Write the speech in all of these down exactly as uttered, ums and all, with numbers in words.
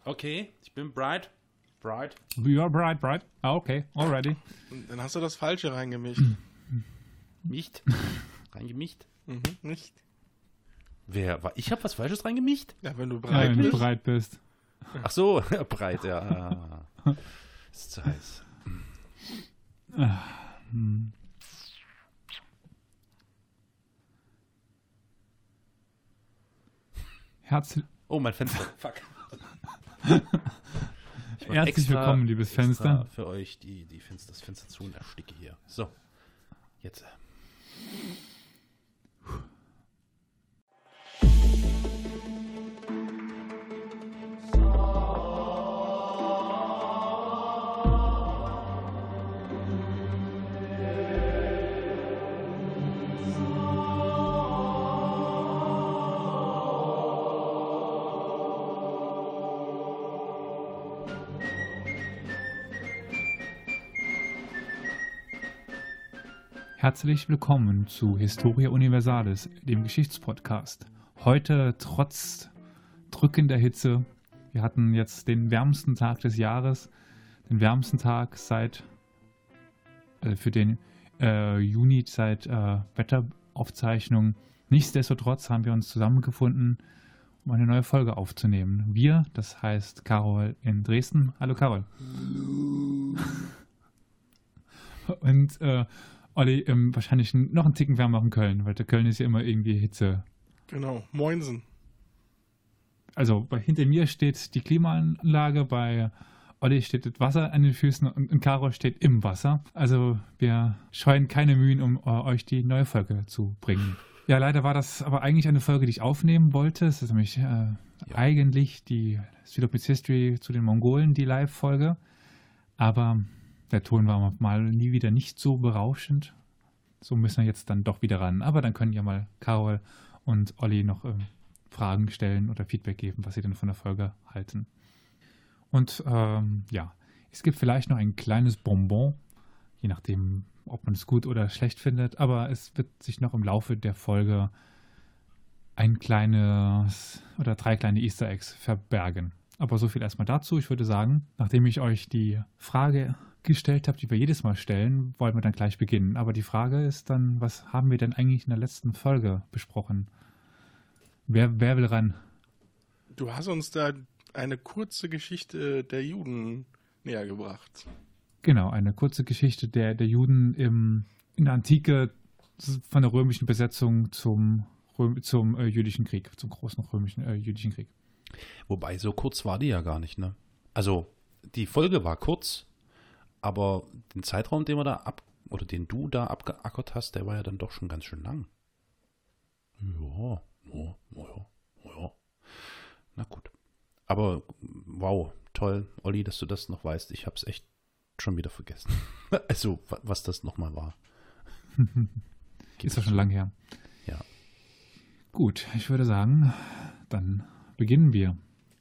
Okay, ich bin bright. Bright. You are bright, bright. Ah, okay, already. Dann hast du das Falsche reingemischt. Nicht? Reingemischt? Mhm, nicht. Wer war? Ich habe was Falsches reingemischt? Ja, wenn du Ja, breit wenn du bist. bereit bist. Ach so, ja, breit, ja. Ist zu heiß. Herzlich, Oh, mein Fenster. Fuck. Ich mach herzlich extra- willkommen, liebes extra Fenster. Für euch die, die Fenster, das Fenster zu und ersticke hier. So. Jetzt. Herzlich willkommen zu Historia Universalis, dem Geschichtspodcast. Heute trotz drückender Hitze. Wir hatten jetzt den wärmsten Tag des Jahres, den wärmsten Tag seit, also für den äh, Juni seit äh, Wetteraufzeichnung. Nichtsdestotrotz haben wir uns zusammengefunden, um eine neue Folge aufzunehmen. Wir, das heißt Carol in Dresden. Hallo Carol. Und äh, Olli, ähm, wahrscheinlich noch einen Ticken wärmer in Köln, weil der Köln ist ja immer irgendwie Hitze. Genau, Moinsen. Also bei, hinter mir steht die Klimaanlage, bei Olli steht das Wasser an den Füßen und, und Caro steht im Wasser. Also wir scheuen keine Mühen, um äh, euch die neue Folge zu bringen. Ja, leider war das aber eigentlich eine Folge, die ich aufnehmen wollte. Es ist nämlich äh, ja. eigentlich die Südopis History zu den Mongolen, die Live-Folge. Aber der Ton war mal nie wieder nicht so berauschend. So müssen wir jetzt dann doch wieder ran. Aber dann können ja mal Carol und Olli noch ähm, Fragen stellen oder Feedback geben, was sie denn von der Folge halten. Und ähm, ja, es gibt vielleicht noch ein kleines Bonbon, je nachdem, ob man es gut oder schlecht findet. Aber es wird sich noch im Laufe der Folge ein kleines oder drei kleine Easter Eggs verbergen. Aber so viel erstmal dazu. Ich würde sagen, nachdem ich euch die Frage gestellt habe, die wir jedes Mal stellen, wollen wir dann gleich beginnen. Aber die Frage ist dann, was haben wir denn eigentlich in der letzten Folge besprochen? Wer, wer will ran? Du hast uns da eine kurze Geschichte der Juden näher gebracht. Genau, eine kurze Geschichte der, der Juden im, in der Antike von der römischen Besetzung zum, zum äh, jüdischen Krieg, zum großen römischen äh, jüdischen Krieg. Wobei, so kurz war die ja gar nicht, ne? Also, die Folge war kurz, aber den Zeitraum, den wir da ab, oder den du da abgeackert hast, der war ja dann doch schon ganz schön lang. Ja, ja, ja, ja. Na gut. Aber wow, toll, Olli, dass du das noch weißt. Ich hab's echt schon wieder vergessen. Also, was das nochmal war. Ist ja schon lang her. Ja. Gut, ich würde sagen, dann beginnen wir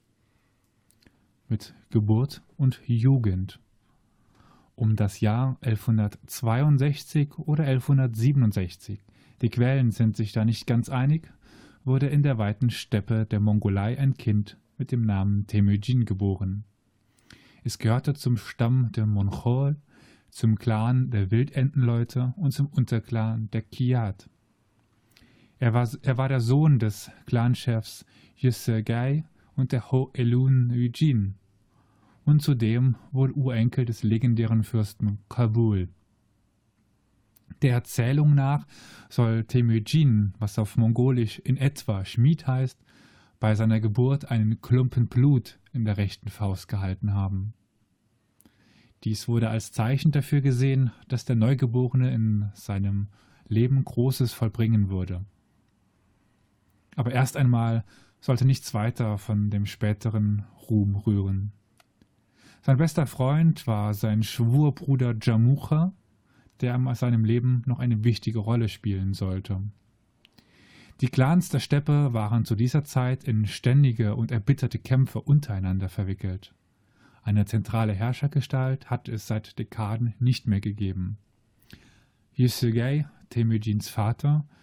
mit Geburt und Jugend. Um das Jahr elfhundertzweiundsechzig oder elfhundertsiebenundsechzig, die Quellen sind sich da nicht ganz einig, wurde in der weiten Steppe der Mongolei ein Kind mit dem Namen Temüjin geboren. Es gehörte zum Stamm der Monchol, zum Clan der Wildentenleute und zum Unterclan der Kiyat. Er war, er war der Sohn des Clanchefs Yusegei und der Ho-Elun Yujin und zudem wohl Urenkel des legendären Fürsten Kabul. Der Erzählung nach soll Temüjin, was auf Mongolisch in etwa Schmied heißt, bei seiner Geburt einen Klumpen Blut in der rechten Faust gehalten haben. Dies wurde als Zeichen dafür gesehen, dass der Neugeborene in seinem Leben Großes vollbringen würde. Aber erst einmal sollte nichts weiter von dem späteren Ruhm rühren. Sein bester Freund war sein Schwurbruder Jamucha, der in seinem Leben noch eine wichtige Rolle spielen sollte. Die Clans der Steppe waren zu dieser Zeit in ständige und erbitterte Kämpfe untereinander verwickelt. Eine zentrale Herrschergestalt hat es seit Dekaden nicht mehr gegeben. Yusegei, Temüjins Vater,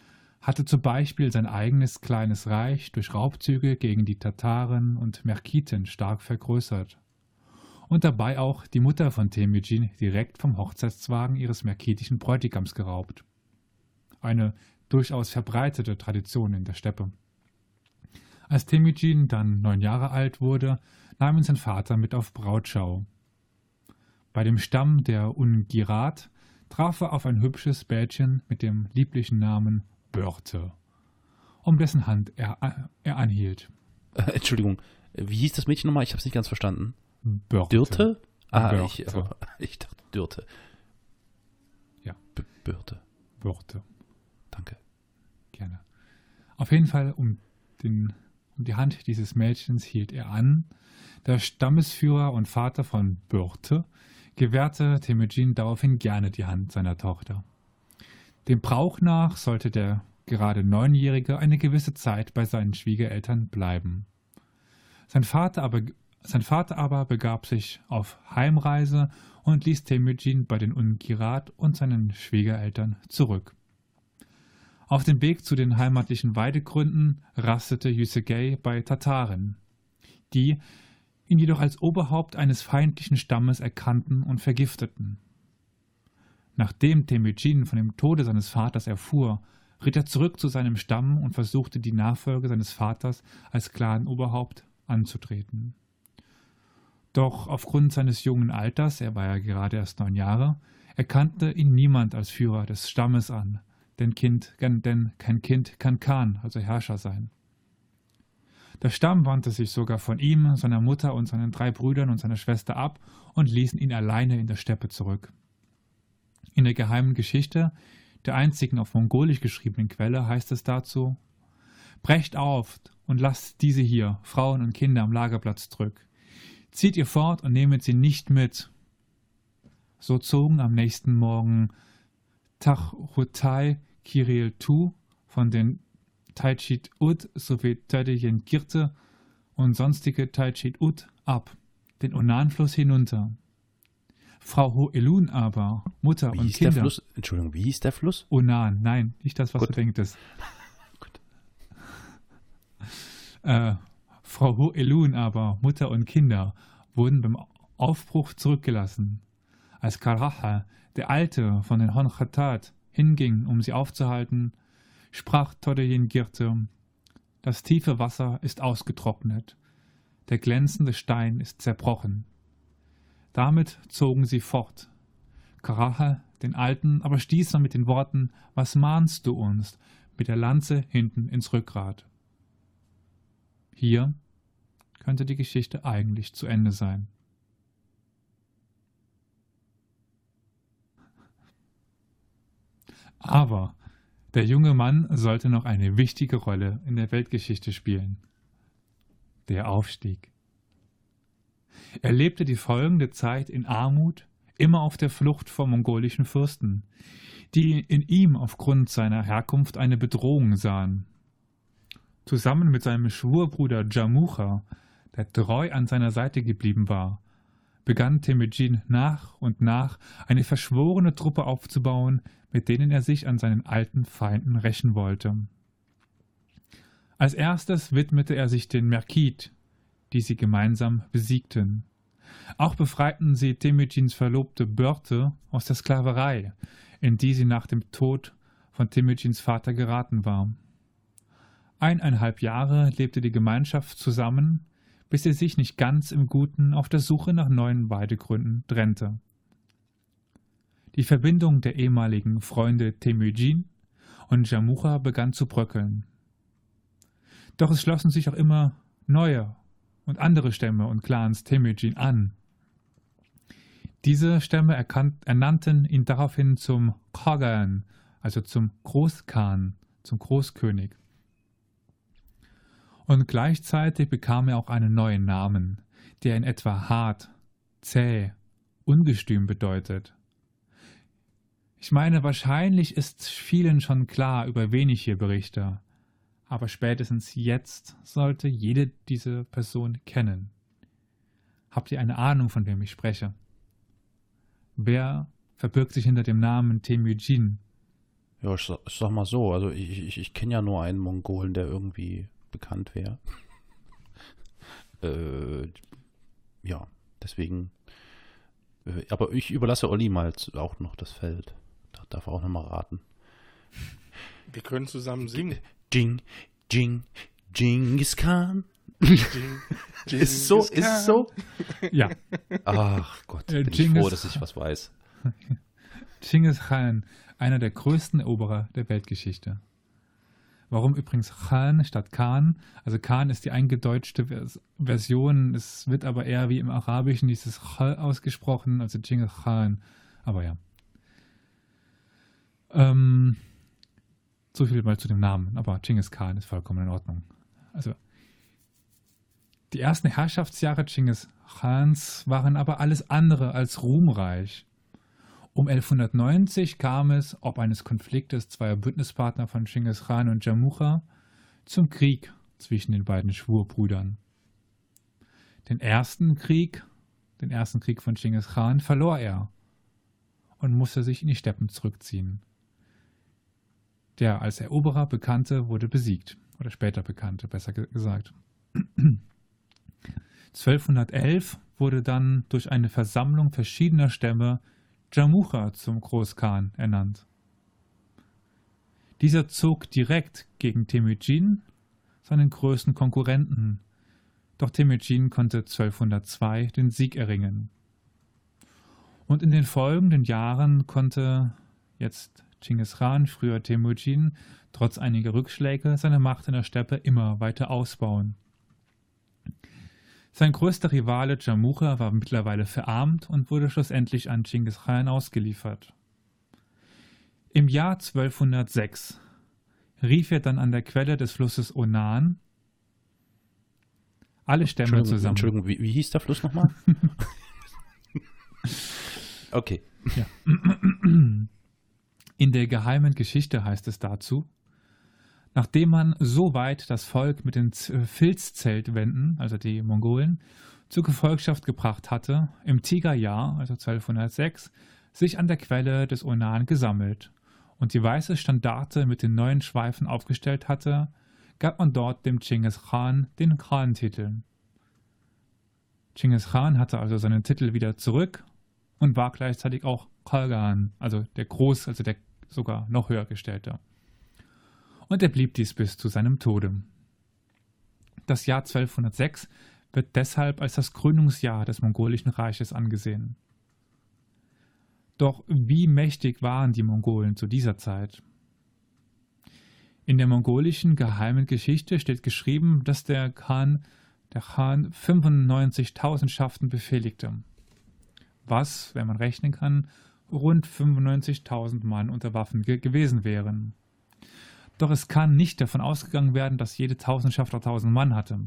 hatte zum Beispiel sein eigenes kleines Reich durch Raubzüge gegen die Tataren und Merkiten stark vergrößert und dabei auch die Mutter von Temüjin direkt vom Hochzeitswagen ihres merkitischen Bräutigams geraubt. Eine durchaus verbreitete Tradition in der Steppe. Als Temüjin dann neun Jahre alt wurde, nahm ihn sein Vater mit auf Brautschau. Bei dem Stamm der Ungirat traf er auf ein hübsches Mädchen mit dem lieblichen Namen Börte, um dessen Hand er, er anhielt. Äh, Entschuldigung, wie hieß das Mädchen nochmal? Ich habe es nicht ganz verstanden. Börte. Dürte? Ah, Börte. Ich, oh, ich dachte Dürte. Ja. B Börte. Börte. Danke. Gerne. Auf jeden Fall um, den, um die Hand dieses Mädchens hielt er an. Der Stammesführer und Vater von Börte gewährte Temüjin daraufhin gerne die Hand seiner Tochter. Dem Brauch nach sollte der gerade Neunjährige eine gewisse Zeit bei seinen Schwiegereltern bleiben. Sein Vater aber, sein Vater aber begab sich auf Heimreise und ließ Temüjin bei den Ungirat und seinen Schwiegereltern zurück. Auf dem Weg zu den heimatlichen Weidegründen rastete Yusuke bei Tataren, die ihn jedoch als Oberhaupt eines feindlichen Stammes erkannten und vergifteten. Nachdem Temüjin von dem Tode seines Vaters erfuhr, ritt er zurück zu seinem Stamm und versuchte die Nachfolge seines Vaters als Clan-Oberhaupt anzutreten. Doch aufgrund seines jungen Alters, er war ja gerade erst neun Jahre, erkannte ihn niemand als Führer des Stammes an, denn, kind, denn kein Kind kann Khan, also Herrscher, sein. Der Stamm wandte sich sogar von ihm, seiner Mutter und seinen drei Brüdern und seiner Schwester ab und ließen ihn alleine in der Steppe zurück. In der geheimen Geschichte, der einzigen auf Mongolisch geschriebenen Quelle, heißt es dazu: Brecht auf und lasst diese hier, Frauen und Kinder, am Lagerplatz zurück. Zieht ihr fort und nehmet sie nicht mit. So zogen am nächsten Morgen Tachhutai Kiril Tu von den Taichit Ud sowie Tödejen Girte und sonstige Taichit Ud ab, den Onan-Fluss hinunter. Frau Ho-Elun aber, Mutter Wie und hieß Kinder... der Fluss? Entschuldigung, wie hieß der Fluss? Onan, nein, nicht das, was Gut. du denkst. Gut. Äh, Frau Ho-Elun aber, Mutter und Kinder, wurden beim Aufbruch zurückgelassen. Als Karaha, der Alte von den Honchatat, hinging, um sie aufzuhalten, sprach Tödejen Girte: Das tiefe Wasser ist ausgetrocknet, der glänzende Stein ist zerbrochen. Damit zogen sie fort. Karaha, den Alten, aber stieß man mit den Worten: Was mahnst du uns? Mit der Lanze hinten ins Rückgrat. Hier könnte die Geschichte eigentlich zu Ende sein. Aber der junge Mann sollte noch eine wichtige Rolle in der Weltgeschichte spielen. Der Aufstieg. Er lebte die folgende Zeit in Armut, immer auf der Flucht vor mongolischen Fürsten, die in ihm aufgrund seiner Herkunft eine Bedrohung sahen. Zusammen mit seinem Schwurbruder Jamucha, der treu an seiner Seite geblieben war, begann Temüjin nach und nach eine verschworene Truppe aufzubauen, mit denen er sich an seinen alten Feinden rächen wollte. Als erstes widmete er sich den Merkit, die sie gemeinsam besiegten. Auch befreiten sie Temüjins Verlobte Börte aus der Sklaverei, in die sie nach dem Tod von Temüjins Vater geraten war. Eineinhalb Jahre lebte die Gemeinschaft zusammen, bis sie sich nicht ganz im Guten auf der Suche nach neuen Weidegründen trennte. Die Verbindung der ehemaligen Freunde Temüjin und Jamucha begann zu bröckeln. Doch es schlossen sich auch immer neue und andere Stämme und Clans Temüjin an. Diese Stämme erkannt, ernannten ihn daraufhin zum Khagan, also zum Großkhan, zum Großkönig. Und gleichzeitig bekam er auch einen neuen Namen, der in etwa hart, zäh, ungestüm bedeutet. Ich meine, wahrscheinlich ist vielen schon klar, über wen ich hier berichte, aber spätestens jetzt sollte jede diese Person kennen. Habt ihr eine Ahnung, von wem ich spreche? Wer verbirgt sich hinter dem Namen Temüjin? Ja, ich, sag- ich sag mal so, also ich, ich, ich kenne ja nur einen Mongolen, der irgendwie bekannt wäre. äh, ja, deswegen. Äh, aber ich überlasse Olli mal zu- auch noch das Feld. Da darf er auch noch mal raten. Wir können zusammen singen. Jing, Jing, Genghis Khan. Jing, Ist so, Genghis ist Khan. so. Ja, Ach Gott, Äh, bin ich Genghis- froh, dass ich was weiß. Genghis Khan, einer der größten Eroberer der Weltgeschichte. Warum übrigens Khan statt Khan? Also Khan ist die eingedeutschte Vers- Version, es wird aber eher wie im Arabischen dieses Ch ausgesprochen, also Genghis Khan. Aber ja. Ähm, so viel mal zu dem Namen, aber Genghis Khan ist vollkommen in Ordnung. Also die ersten Herrschaftsjahre Genghis Khans waren aber alles andere als ruhmreich. Um elfhundertneunzig kam es, ob eines Konfliktes zweier Bündnispartner von Genghis Khan und Jamukha, zum Krieg zwischen den beiden Schwurbrüdern. Den ersten Krieg, den ersten Krieg von Genghis Khan, verlor er und musste sich in die Steppen zurückziehen. Der als Eroberer Bekannte wurde besiegt, oder später Bekannte, besser ge- gesagt. zwölfhundertelf wurde dann durch eine Versammlung verschiedener Stämme Jamukha zum Großkhan ernannt. Dieser zog direkt gegen Temüdin, seinen größten Konkurrenten, doch Temüdin konnte zwölfhundertzwei den Sieg erringen. Und in den folgenden Jahren konnte jetzt Genghis Khan, früher Temüdin, trotz einiger Rückschläge seine Macht in der Steppe immer weiter ausbauen. Sein größter Rivale Jamukha war mittlerweile verarmt und wurde schlussendlich an Genghis Khan ausgeliefert. Im Jahr zwölfhundertsechs rief er dann an der Quelle des Flusses Onan alle Stämme Entschuldigung, zusammen. Entschuldigung wie, wie hieß der Fluss nochmal? Okay. Ja. In der geheimen Geschichte heißt es dazu: Nachdem man so weit das Volk mit den Z- Filzzeltwänden, also die Mongolen, zur Gefolgschaft gebracht hatte, im Tigerjahr, also zwölfhundertsechs, sich an der Quelle des Onan gesammelt und die weiße Standarte mit den neuen Schweifen aufgestellt hatte, gab man dort dem Genghis Khan den Khan-Titel. Genghis Khan hatte also seinen Titel wieder zurück und war gleichzeitig auch Khagan, also der Groß, also der sogar noch höher gestellte. Und er blieb dies bis zu seinem Tode. Das Jahr zwölfhundertsechs wird deshalb als das Gründungsjahr des mongolischen Reiches angesehen. Doch wie mächtig waren die Mongolen zu dieser Zeit? In der mongolischen geheimen Geschichte steht geschrieben, dass der Khan, der Khan fünfundneunzigtausend Schaften befehligte, was, wenn man rechnen kann, rund fünfundneunzigtausend Mann unter Waffen ge gewesen wären. Doch es kann nicht davon ausgegangen werden, dass jede Tausendschafter tausend Mann hatte.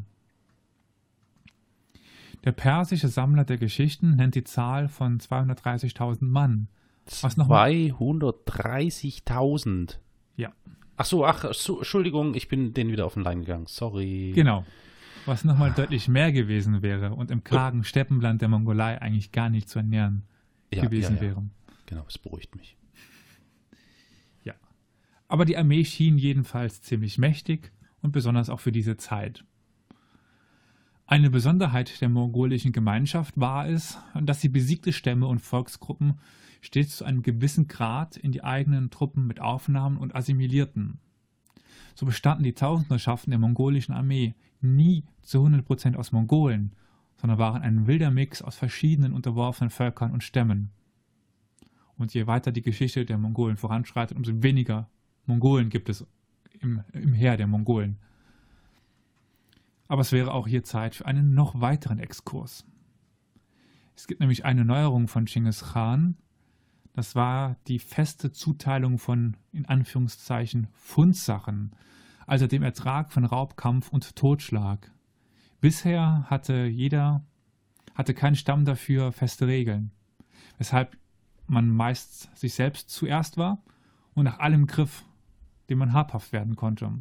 Der persische Sammler der Geschichten nennt die Zahl von zweihundertdreißigtausend Mann. Was noch mal? zweihundertdreißigtausend. Ja. Ach so, ach, so, Entschuldigung, ich bin denen wieder auf den Leim gegangen. Sorry. Genau. Was nochmal deutlich mehr gewesen wäre und im kargen Steppenland der Mongolei eigentlich gar nicht zu ernähren Ja, gewesen ja, ja. wäre. Genau, es beruhigt mich. Ja. Aber die Armee schien jedenfalls ziemlich mächtig und besonders auch für diese Zeit. Eine Besonderheit der mongolischen Gemeinschaft war es, dass sie besiegte Stämme und Volksgruppen stets zu einem gewissen Grad in die eigenen Truppen mit aufnahmen und assimilierten. So bestanden die Tausenderschaften der mongolischen Armee nie zu hundert Prozent aus Mongolen, sondern waren ein wilder Mix aus verschiedenen unterworfenen Völkern und Stämmen. Und je weiter die Geschichte der Mongolen voranschreitet, umso weniger Mongolen gibt es im, im Heer der Mongolen. Aber es wäre auch hier Zeit für einen noch weiteren Exkurs. Es gibt nämlich eine Neuerung von Genghis Khan. Das war die feste Zuteilung von, in Anführungszeichen, Fundsachen, also dem Ertrag von Raub, Kampf und Totschlag. Bisher hatte jeder, hatte kein Stamm dafür feste Regeln, weshalb man meist sich selbst zuerst war und nach allem griff, dem man habhaft werden konnte.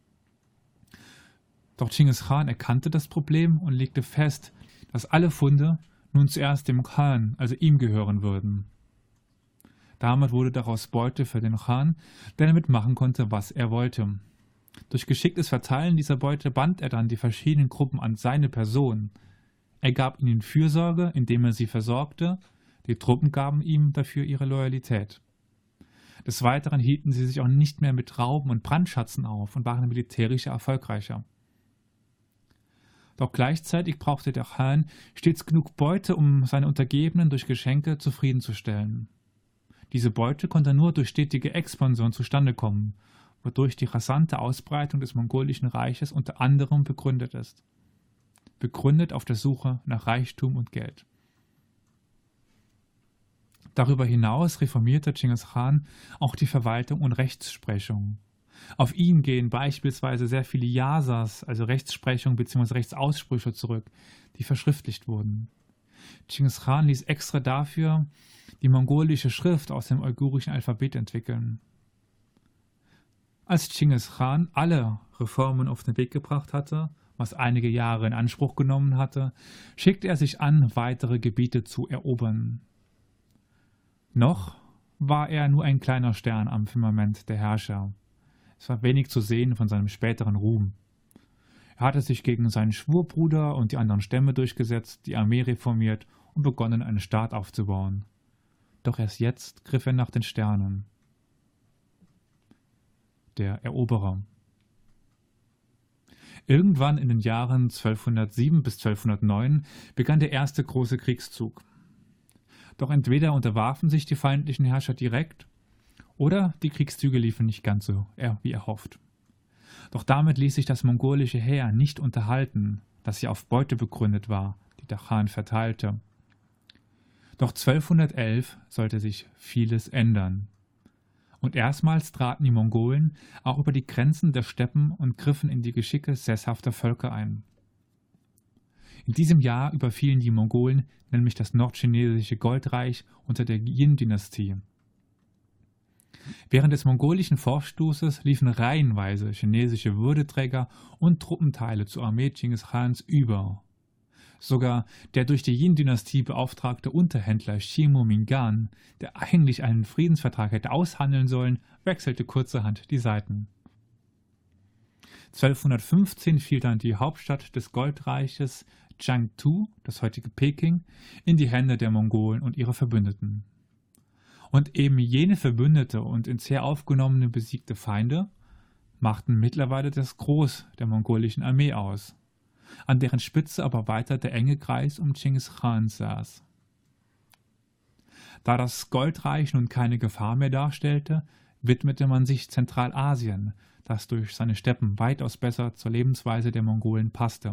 Doch Genghis Khan erkannte das Problem und legte fest, dass alle Funde nun zuerst dem Khan, also ihm, gehören würden. Damit wurde daraus Beute für den Khan, der damit machen konnte, was er wollte. Durch geschicktes Verteilen dieser Beute band er dann die verschiedenen Gruppen an seine Person. Er gab ihnen Fürsorge, indem er sie versorgte, die Truppen gaben ihm dafür ihre Loyalität. Des Weiteren hielten sie sich auch nicht mehr mit Rauben und Brandschatzen auf und waren militärisch erfolgreicher. Doch gleichzeitig brauchte der Khan stets genug Beute, um seine Untergebenen durch Geschenke zufriedenzustellen. Diese Beute konnte nur durch stetige Expansion zustande kommen, wodurch die rasante Ausbreitung des mongolischen Reiches unter anderem begründet ist. Begründet auf der Suche nach Reichtum und Geld. Darüber hinaus reformierte Chinggis Khan auch die Verwaltung und Rechtsprechung. Auf ihn gehen beispielsweise sehr viele Yasas, also Rechtsprechung bzw. Rechtsaussprüche zurück, die verschriftlicht wurden. Chinggis Khan ließ extra dafür die mongolische Schrift aus dem uigurischen Alphabet entwickeln. Als Chinggis Khan alle Reformen auf den Weg gebracht hatte, was einige Jahre in Anspruch genommen hatte, schickte er sich an, weitere Gebiete zu erobern. Noch war er nur ein kleiner Stern am Firmament der Herrscher. Es war wenig zu sehen von seinem späteren Ruhm. Er hatte sich gegen seinen Schwurbruder und die anderen Stämme durchgesetzt, die Armee reformiert und begonnen, einen Staat aufzubauen. Doch erst jetzt griff er nach den Sternen. Der Eroberer. Irgendwann in den Jahren zwölfhundertsieben bis zwölfhundertneun begann der erste große Kriegszug. Doch entweder unterwarfen sich die feindlichen Herrscher direkt, oder die Kriegszüge liefen nicht ganz so wie erhofft. Doch damit ließ sich das mongolische Heer nicht unterhalten, das ja auf Beute begründet war, die der Khan verteilte. Doch zwölfhundertelf sollte sich vieles ändern. Und erstmals traten die Mongolen auch über die Grenzen der Steppen und griffen in die Geschicke sesshafter Völker ein. In diesem Jahr überfielen die Mongolen nämlich das nordchinesische Goldreich unter der Jin-Dynastie. Während des mongolischen Vorstoßes liefen reihenweise chinesische Würdeträger und Truppenteile zur Armee Chinggis Khans über. Sogar der durch die Jin-Dynastie beauftragte Unterhändler Shimo Mingan, der eigentlich einen Friedensvertrag hätte aushandeln sollen, wechselte kurzerhand die Seiten. zwölfhundertfünfzehn fiel dann die Hauptstadt des Goldreiches Changtu, das heutige Peking, in die Hände der Mongolen und ihrer Verbündeten. Und eben jene Verbündete und ins Heer aufgenommene besiegte Feinde machten mittlerweile das Gros der mongolischen Armee aus, an deren Spitze aber weiter der enge Kreis um Chinggis Khan saß. Da das Goldreich nun keine Gefahr mehr darstellte, widmete man sich Zentralasien, das durch seine Steppen weitaus besser zur Lebensweise der Mongolen passte.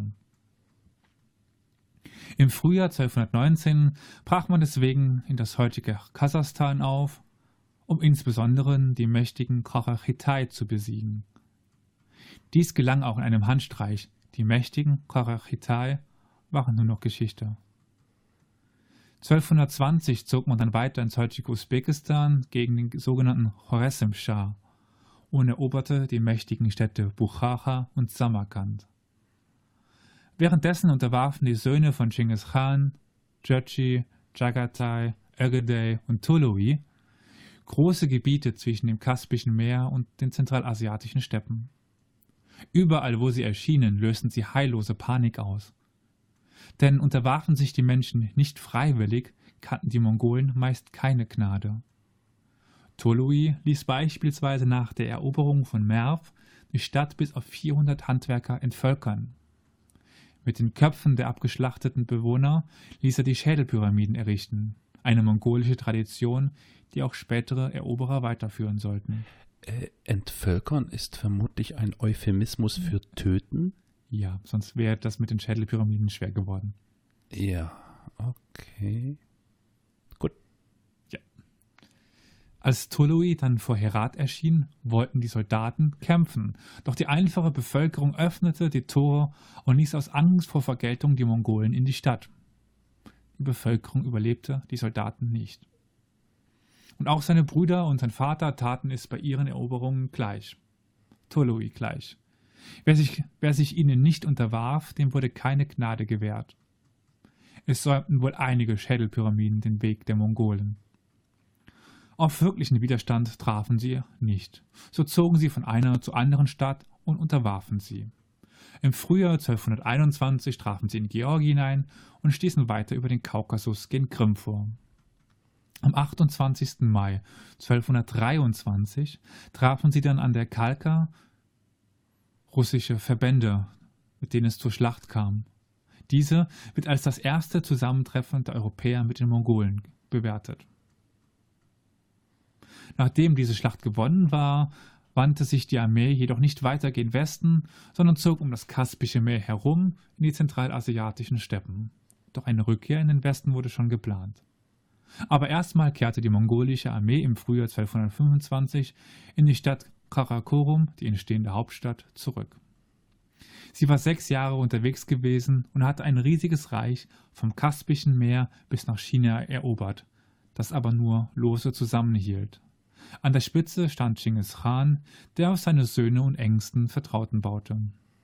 Im Frühjahr zwölfhundertneunzehn brach man deswegen in das heutige Kasachstan auf, um insbesondere die mächtigen Karachitai zu besiegen. Dies gelang auch in einem Handstreich. Die mächtigen Karachitai waren nur noch Geschichte. zwölfhundertzwanzig zog man dann weiter ins heutige Usbekistan gegen den sogenannten Choresm-Schah und eroberte die mächtigen Städte Buchara und Samarkand. Währenddessen unterwarfen die Söhne von Chinggis Khan, Jurchi, Chagatai, Ögedei und Tolui große Gebiete zwischen dem Kaspischen Meer und den zentralasiatischen Steppen. Überall, wo sie erschienen, lösten sie heillose Panik aus. Denn unterwarfen sich die Menschen nicht freiwillig, kannten die Mongolen meist keine Gnade. Tolui ließ beispielsweise nach der Eroberung von Merv die Stadt bis auf vierhundert Handwerker entvölkern. Mit den Köpfen der abgeschlachteten Bewohner ließ er die Schädelpyramiden errichten, eine mongolische Tradition, die auch spätere Eroberer weiterführen sollten. Äh, entvölkern ist vermutlich ein Euphemismus für töten? Ja, sonst wäre das mit den Schädelpyramiden schwer geworden. Ja, okay. Gut. Ja. Als Tolui dann vor Herat erschien, wollten die Soldaten kämpfen, doch die einfache Bevölkerung öffnete die Tore und ließ aus Angst vor Vergeltung die Mongolen in die Stadt. Die Bevölkerung überlebte, die Soldaten nicht. Und auch seine Brüder und sein Vater taten es bei ihren Eroberungen gleich. Tolui gleich. Wer sich, wer sich ihnen nicht unterwarf, dem wurde keine Gnade gewährt. Es säumten wohl einige Schädelpyramiden den Weg der Mongolen. Auf wirklichen Widerstand trafen sie nicht. So zogen sie von einer zur anderen Stadt und unterwarfen sie. Im Frühjahr zwölfhunderteinundzwanzig trafen sie in Georgien ein und stießen weiter über den Kaukasus gen Krim vor. Am achtundzwanzigsten Mai zwölfhundertdreiundzwanzig trafen sie dann an der Kalka russische Verbände, mit denen es zur Schlacht kam. Diese wird als das erste Zusammentreffen der Europäer mit den Mongolen bewertet. Nachdem diese Schlacht gewonnen war, wandte sich die Armee jedoch nicht weiter gen Westen, sondern zog um das Kaspische Meer herum in die zentralasiatischen Steppen. Doch eine Rückkehr in den Westen wurde schon geplant. Aber erstmal kehrte die mongolische Armee im Frühjahr zwölfhundertfünfundzwanzig in die Stadt Karakorum, die entstehende Hauptstadt, zurück. Sie war sechs Jahre unterwegs gewesen und hatte ein riesiges Reich vom Kaspischen Meer bis nach China erobert, das aber nur lose zusammenhielt. An der Spitze stand Chinggis Khan, der auf seine Söhne und engsten Vertrauten baute.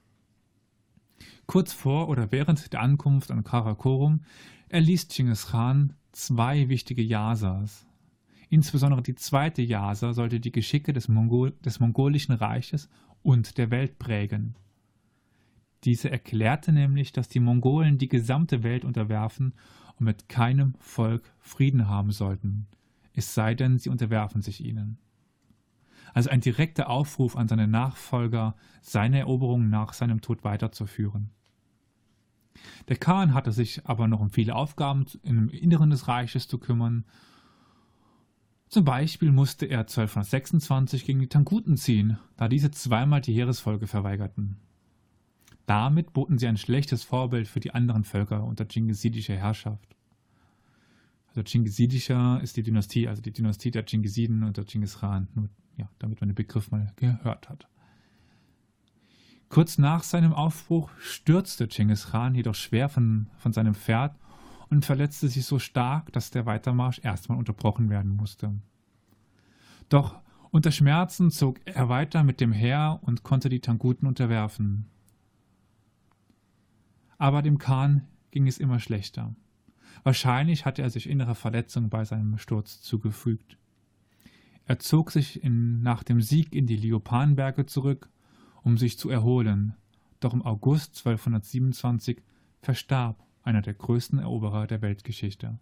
Kurz vor oder während der Ankunft an Karakorum erließ Chinggis Khan zwei wichtige Yasas. Insbesondere die zweite Yasa sollte die Geschicke des, Mongol des mongolischen Reiches und der Welt prägen. Diese erklärte nämlich, dass die Mongolen die gesamte Welt unterwerfen und mit keinem Volk Frieden haben sollten, es sei denn, sie unterwerfen sich ihnen. Also ein direkter Aufruf an seine Nachfolger, seine Eroberungen nach seinem Tod weiterzuführen. Der Khan hatte sich aber noch um viele Aufgaben im Inneren des Reiches zu kümmern. Zum Beispiel musste er zwölfhundertsechsundzwanzig gegen die Tanghuten ziehen, da diese zweimal die Heeresfolge verweigerten. Damit boten sie ein schlechtes Vorbild für die anderen Völker unter dschingisidischer Herrschaft. Also dschingisidischer ist die Dynastie, also die Dynastie der Dschingisiden unter Chinggis Khan, nur, ja, damit man den Begriff mal gehört hat. Kurz nach seinem Aufbruch stürzte Chinggis Khan jedoch schwer von, von seinem Pferd und verletzte sich so stark, dass der Weitermarsch erstmal unterbrochen werden musste. Doch unter Schmerzen zog er weiter mit dem Heer und konnte die Tanghuten unterwerfen. Aber dem Khan ging es immer schlechter. Wahrscheinlich hatte er sich innere Verletzungen bei seinem Sturz zugefügt. Er zog sich in, nach dem Sieg in die Liupanberge zurück, um sich zu erholen. Doch im August zwölfhundertsiebenundzwanzig verstarb einer der größten Eroberer der Weltgeschichte.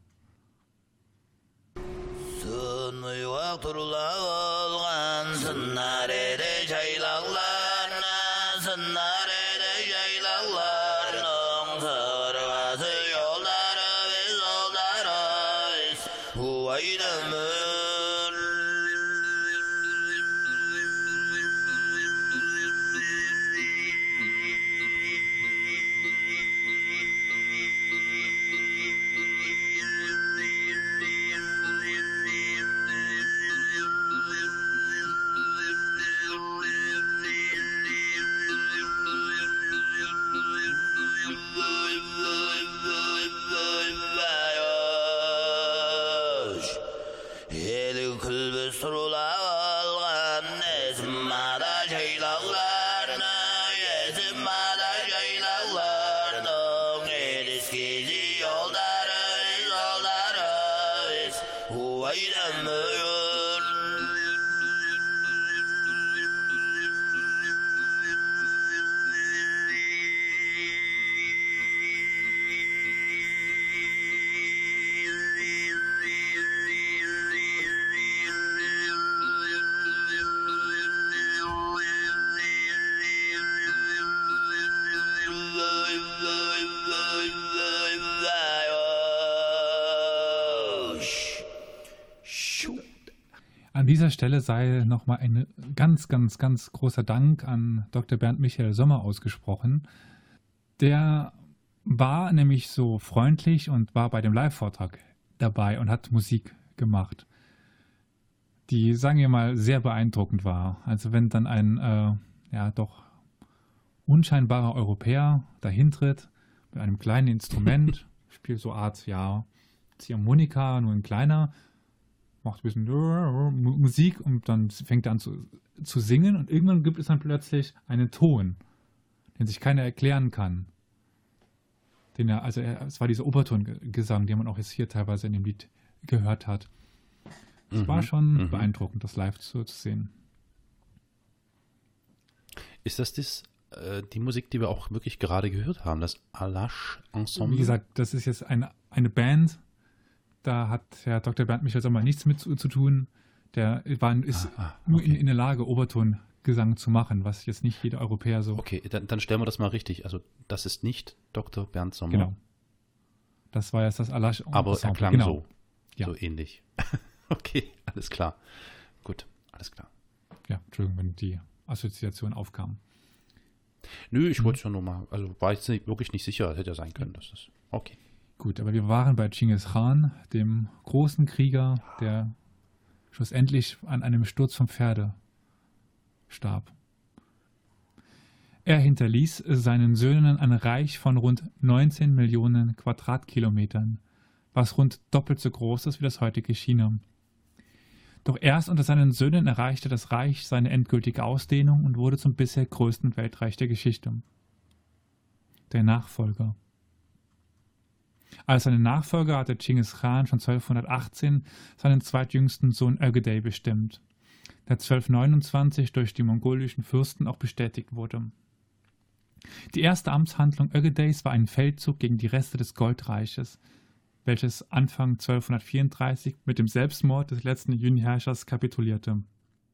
An dieser Stelle sei nochmal ein ganz, ganz, ganz großer Dank an Doktor Bernd Michael Sommer ausgesprochen. Der war nämlich so freundlich und war bei dem Live-Vortrag dabei und hat Musik gemacht, die, sagen wir mal, sehr beeindruckend war. Also wenn dann ein, äh, ja, doch unscheinbarer Europäer dahintritt mit einem kleinen Instrument, spielt so Art, ja, Ziehharmonika, nur ein kleiner, macht ein bisschen Musik und dann fängt er an zu, zu singen und irgendwann gibt es dann plötzlich einen Ton, den sich keiner erklären kann. Den er, also er, es war dieser Obertongesang, den man auch jetzt hier teilweise in dem Lied gehört hat. Es Mhm, war schon mhm. beeindruckend, das live zu, zu sehen. Ist das das, äh, die Musik, die wir auch wirklich gerade gehört haben, das Alash-Ensemble? Wie gesagt, das ist jetzt eine, eine Band, da hat Herr Doktor Bernd Michael Sommer nichts mit zu, zu tun. Der war, ist Ah, ah, nur in, okay. in der Lage, Obertongesang zu machen, was jetzt nicht jeder Europäer so. Okay, dann, dann stellen wir das mal richtig. Also das ist nicht Doktor Bernd Sommer, Genau. Das war jetzt das Alash aber er klang genau. so, Ja. so ähnlich. Okay, alles klar. Gut, alles klar. Ja, Entschuldigung, wenn die Assoziation aufkam. Nö, ich Mhm. wollte es ja nur mal, also war jetzt nicht, wirklich nicht sicher, hätte ja sein können, dass das, okay. Gut, aber wir waren bei Genghis Khan, dem großen Krieger, der schlussendlich an einem Sturz vom Pferde starb. Er hinterließ seinen Söhnen ein Reich von rund neunzehn Millionen Quadratkilometern, was rund doppelt so groß ist wie das heutige China. Doch erst unter seinen Söhnen erreichte das Reich seine endgültige Ausdehnung und wurde zum bisher größten Weltreich der Geschichte. Der Nachfolger. Als seinen Nachfolger hatte Genghis Khan schon zwölfhundertachtzehn seinen zweitjüngsten Sohn Ögedei bestimmt, der zwölfhundertneunundzwanzig durch die mongolischen Fürsten auch bestätigt wurde. Die erste Amtshandlung Ögedeis war ein Feldzug gegen die Reste des Goldreiches, welches Anfang zwölfhundertvierunddreißig mit dem Selbstmord des letzten Yun-Herrschers kapitulierte.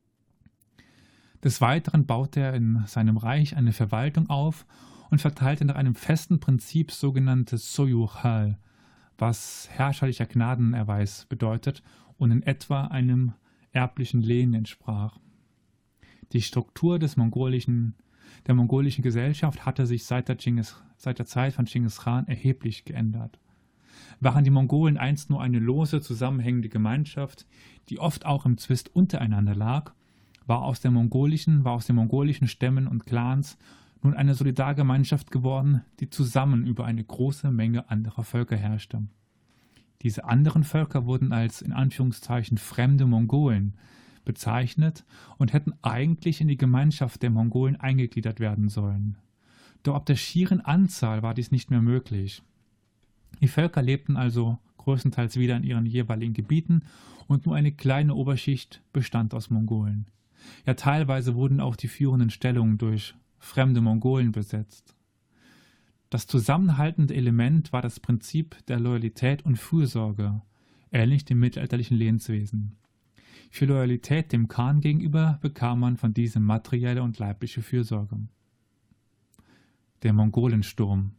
Des Weiteren baute er in seinem Reich eine Verwaltung auf und verteilte nach einem festen Prinzip sogenannte Soyuchal, was herrscherlicher Gnadenerweis bedeutet und in etwa einem erblichen Lehen entsprach. Die Struktur des mongolischen, der mongolischen Gesellschaft hatte sich seit der, Genghis, seit der Zeit von Genghis Khan erheblich geändert. Waren die Mongolen einst nur eine lose, zusammenhängende Gemeinschaft, die oft auch im Zwist untereinander lag, war aus, der mongolischen, war aus den mongolischen Stämmen und Clans nun eine Solidargemeinschaft geworden, die zusammen über eine große Menge anderer Völker herrschte. Diese anderen Völker wurden als in Anführungszeichen fremde Mongolen bezeichnet und hätten eigentlich in die Gemeinschaft der Mongolen eingegliedert werden sollen. Doch ab der schieren Anzahl war dies nicht mehr möglich. Die Völker lebten also größtenteils wieder in ihren jeweiligen Gebieten und nur eine kleine Oberschicht bestand aus Mongolen. Ja, teilweise wurden auch die führenden Stellungen durch fremde Mongolen besetzt. Das zusammenhaltende Element war das Prinzip der Loyalität und Fürsorge, ähnlich dem mittelalterlichen Lehenswesen. Für Loyalität dem Khan gegenüber bekam man von diesem materielle und leibliche Fürsorge. Der Mongolensturm.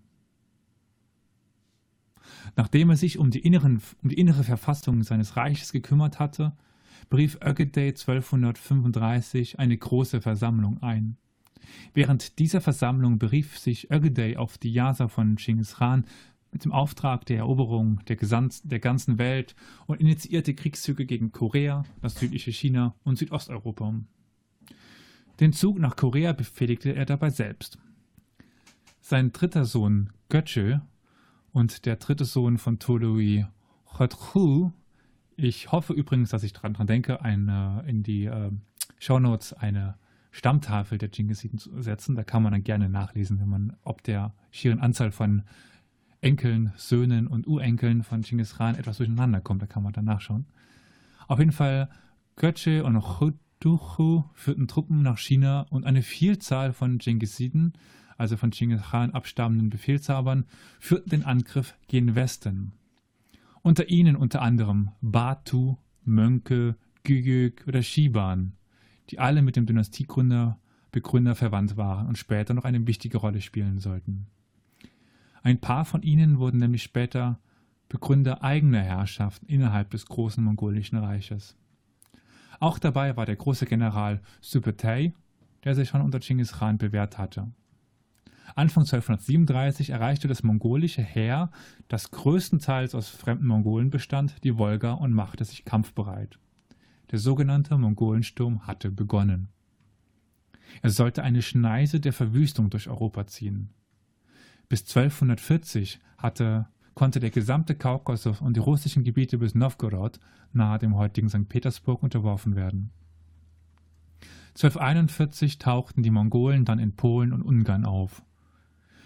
Nachdem er sich um die, inneren, um die innere Verfassung seines Reiches gekümmert hatte, berief Ögedei zwölfhundertfünfunddreißig eine große Versammlung ein. Während dieser Versammlung berief sich Ögedei auf die Yasa von Genghis Khan mit dem Auftrag der Eroberung der, Gesamt, der ganzen Welt und initiierte Kriegszüge gegen Korea, das südliche China und Südosteuropa. Den Zug nach Korea befehligte er dabei selbst. Sein dritter Sohn Götschö und der dritte Sohn von Tolui, Chötchu, ich hoffe übrigens, dass ich daran dran denke, eine, in die äh, Shownotes eine Stammtafel der Genghesiden zu setzen. Da kann man dann gerne nachlesen, wenn man ob der schieren Anzahl von Enkeln, Söhnen und Urenkeln von Genghis Khan etwas durcheinander kommt. Da kann man dann nachschauen. Auf jeden Fall, Götschö und Chötchu führten Truppen nach China und eine Vielzahl von Genghesiden, also von Genghis Khan abstammenden Befehlshabern, führten den Angriff gen Westen. Unter ihnen unter anderem Batu, Mönke, Gügük oder Shiban, die alle mit dem Dynastiegründer Begründer verwandt waren und später noch eine wichtige Rolle spielen sollten. Ein paar von ihnen wurden nämlich später Begründer eigener Herrschaften innerhalb des großen mongolischen Reiches. Auch dabei war der große General Sübütei, der sich schon unter Genghis Khan bewährt hatte. Anfang zwölfhundertsiebenunddreißig erreichte das mongolische Heer, das größtenteils aus fremden Mongolen bestand, die Wolga und machte sich kampfbereit. Der sogenannte Mongolensturm hatte begonnen. Er sollte eine Schneise der Verwüstung durch Europa ziehen. Bis zwölfhundertvierzig hatte, konnte der gesamte Kaukasus und die russischen Gebiete bis Novgorod nahe dem heutigen Sankt Petersburg unterworfen werden. zwölfhunderteinundvierzig tauchten die Mongolen dann in Polen und Ungarn auf.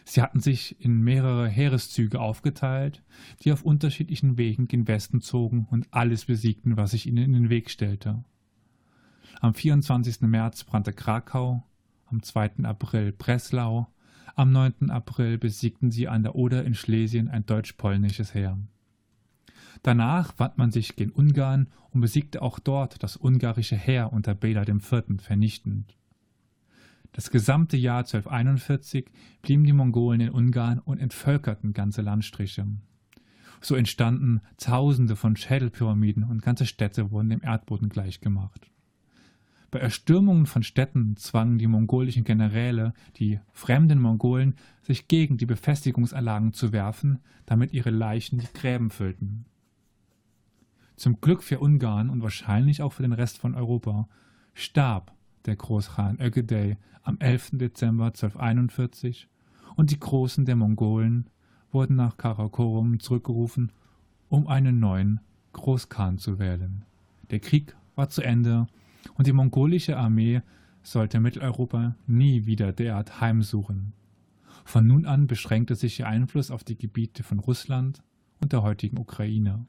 Sie hatten sich in mehrere Heereszüge aufgeteilt, die auf unterschiedlichen Wegen gen Westen zogen und alles besiegten, was sich ihnen in den Weg stellte. Am vierundzwanzigsten März brannte Krakau, am zweiten April Breslau, am neunten April besiegten sie an der Oder in Schlesien ein deutsch-polnisches Heer. Danach wandte man sich gen Ungarn und besiegte auch dort das ungarische Heer unter Bela der Vierte vernichtend. Das gesamte Jahr zwölfhunderteinundvierzig blieben die Mongolen in Ungarn und entvölkerten ganze Landstriche. So entstanden Tausende von Schädelpyramiden und ganze Städte wurden dem Erdboden gleichgemacht. Bei Erstürmungen von Städten zwangen die mongolischen Generäle die fremden Mongolen, sich gegen die Befestigungsanlagen zu werfen, damit ihre Leichen die Gräben füllten. Zum Glück für Ungarn und wahrscheinlich auch für den Rest von Europa starb der Großkhan Ögedei am elften Dezember zwölfhunderteinundvierzig und die Großen der Mongolen wurden nach Karakorum zurückgerufen, um einen neuen Großkhan zu wählen. Der Krieg war zu Ende und die mongolische Armee sollte Mitteleuropa nie wieder derart heimsuchen. Von nun an beschränkte sich ihr Einfluss auf die Gebiete von Russland und der heutigen Ukraine.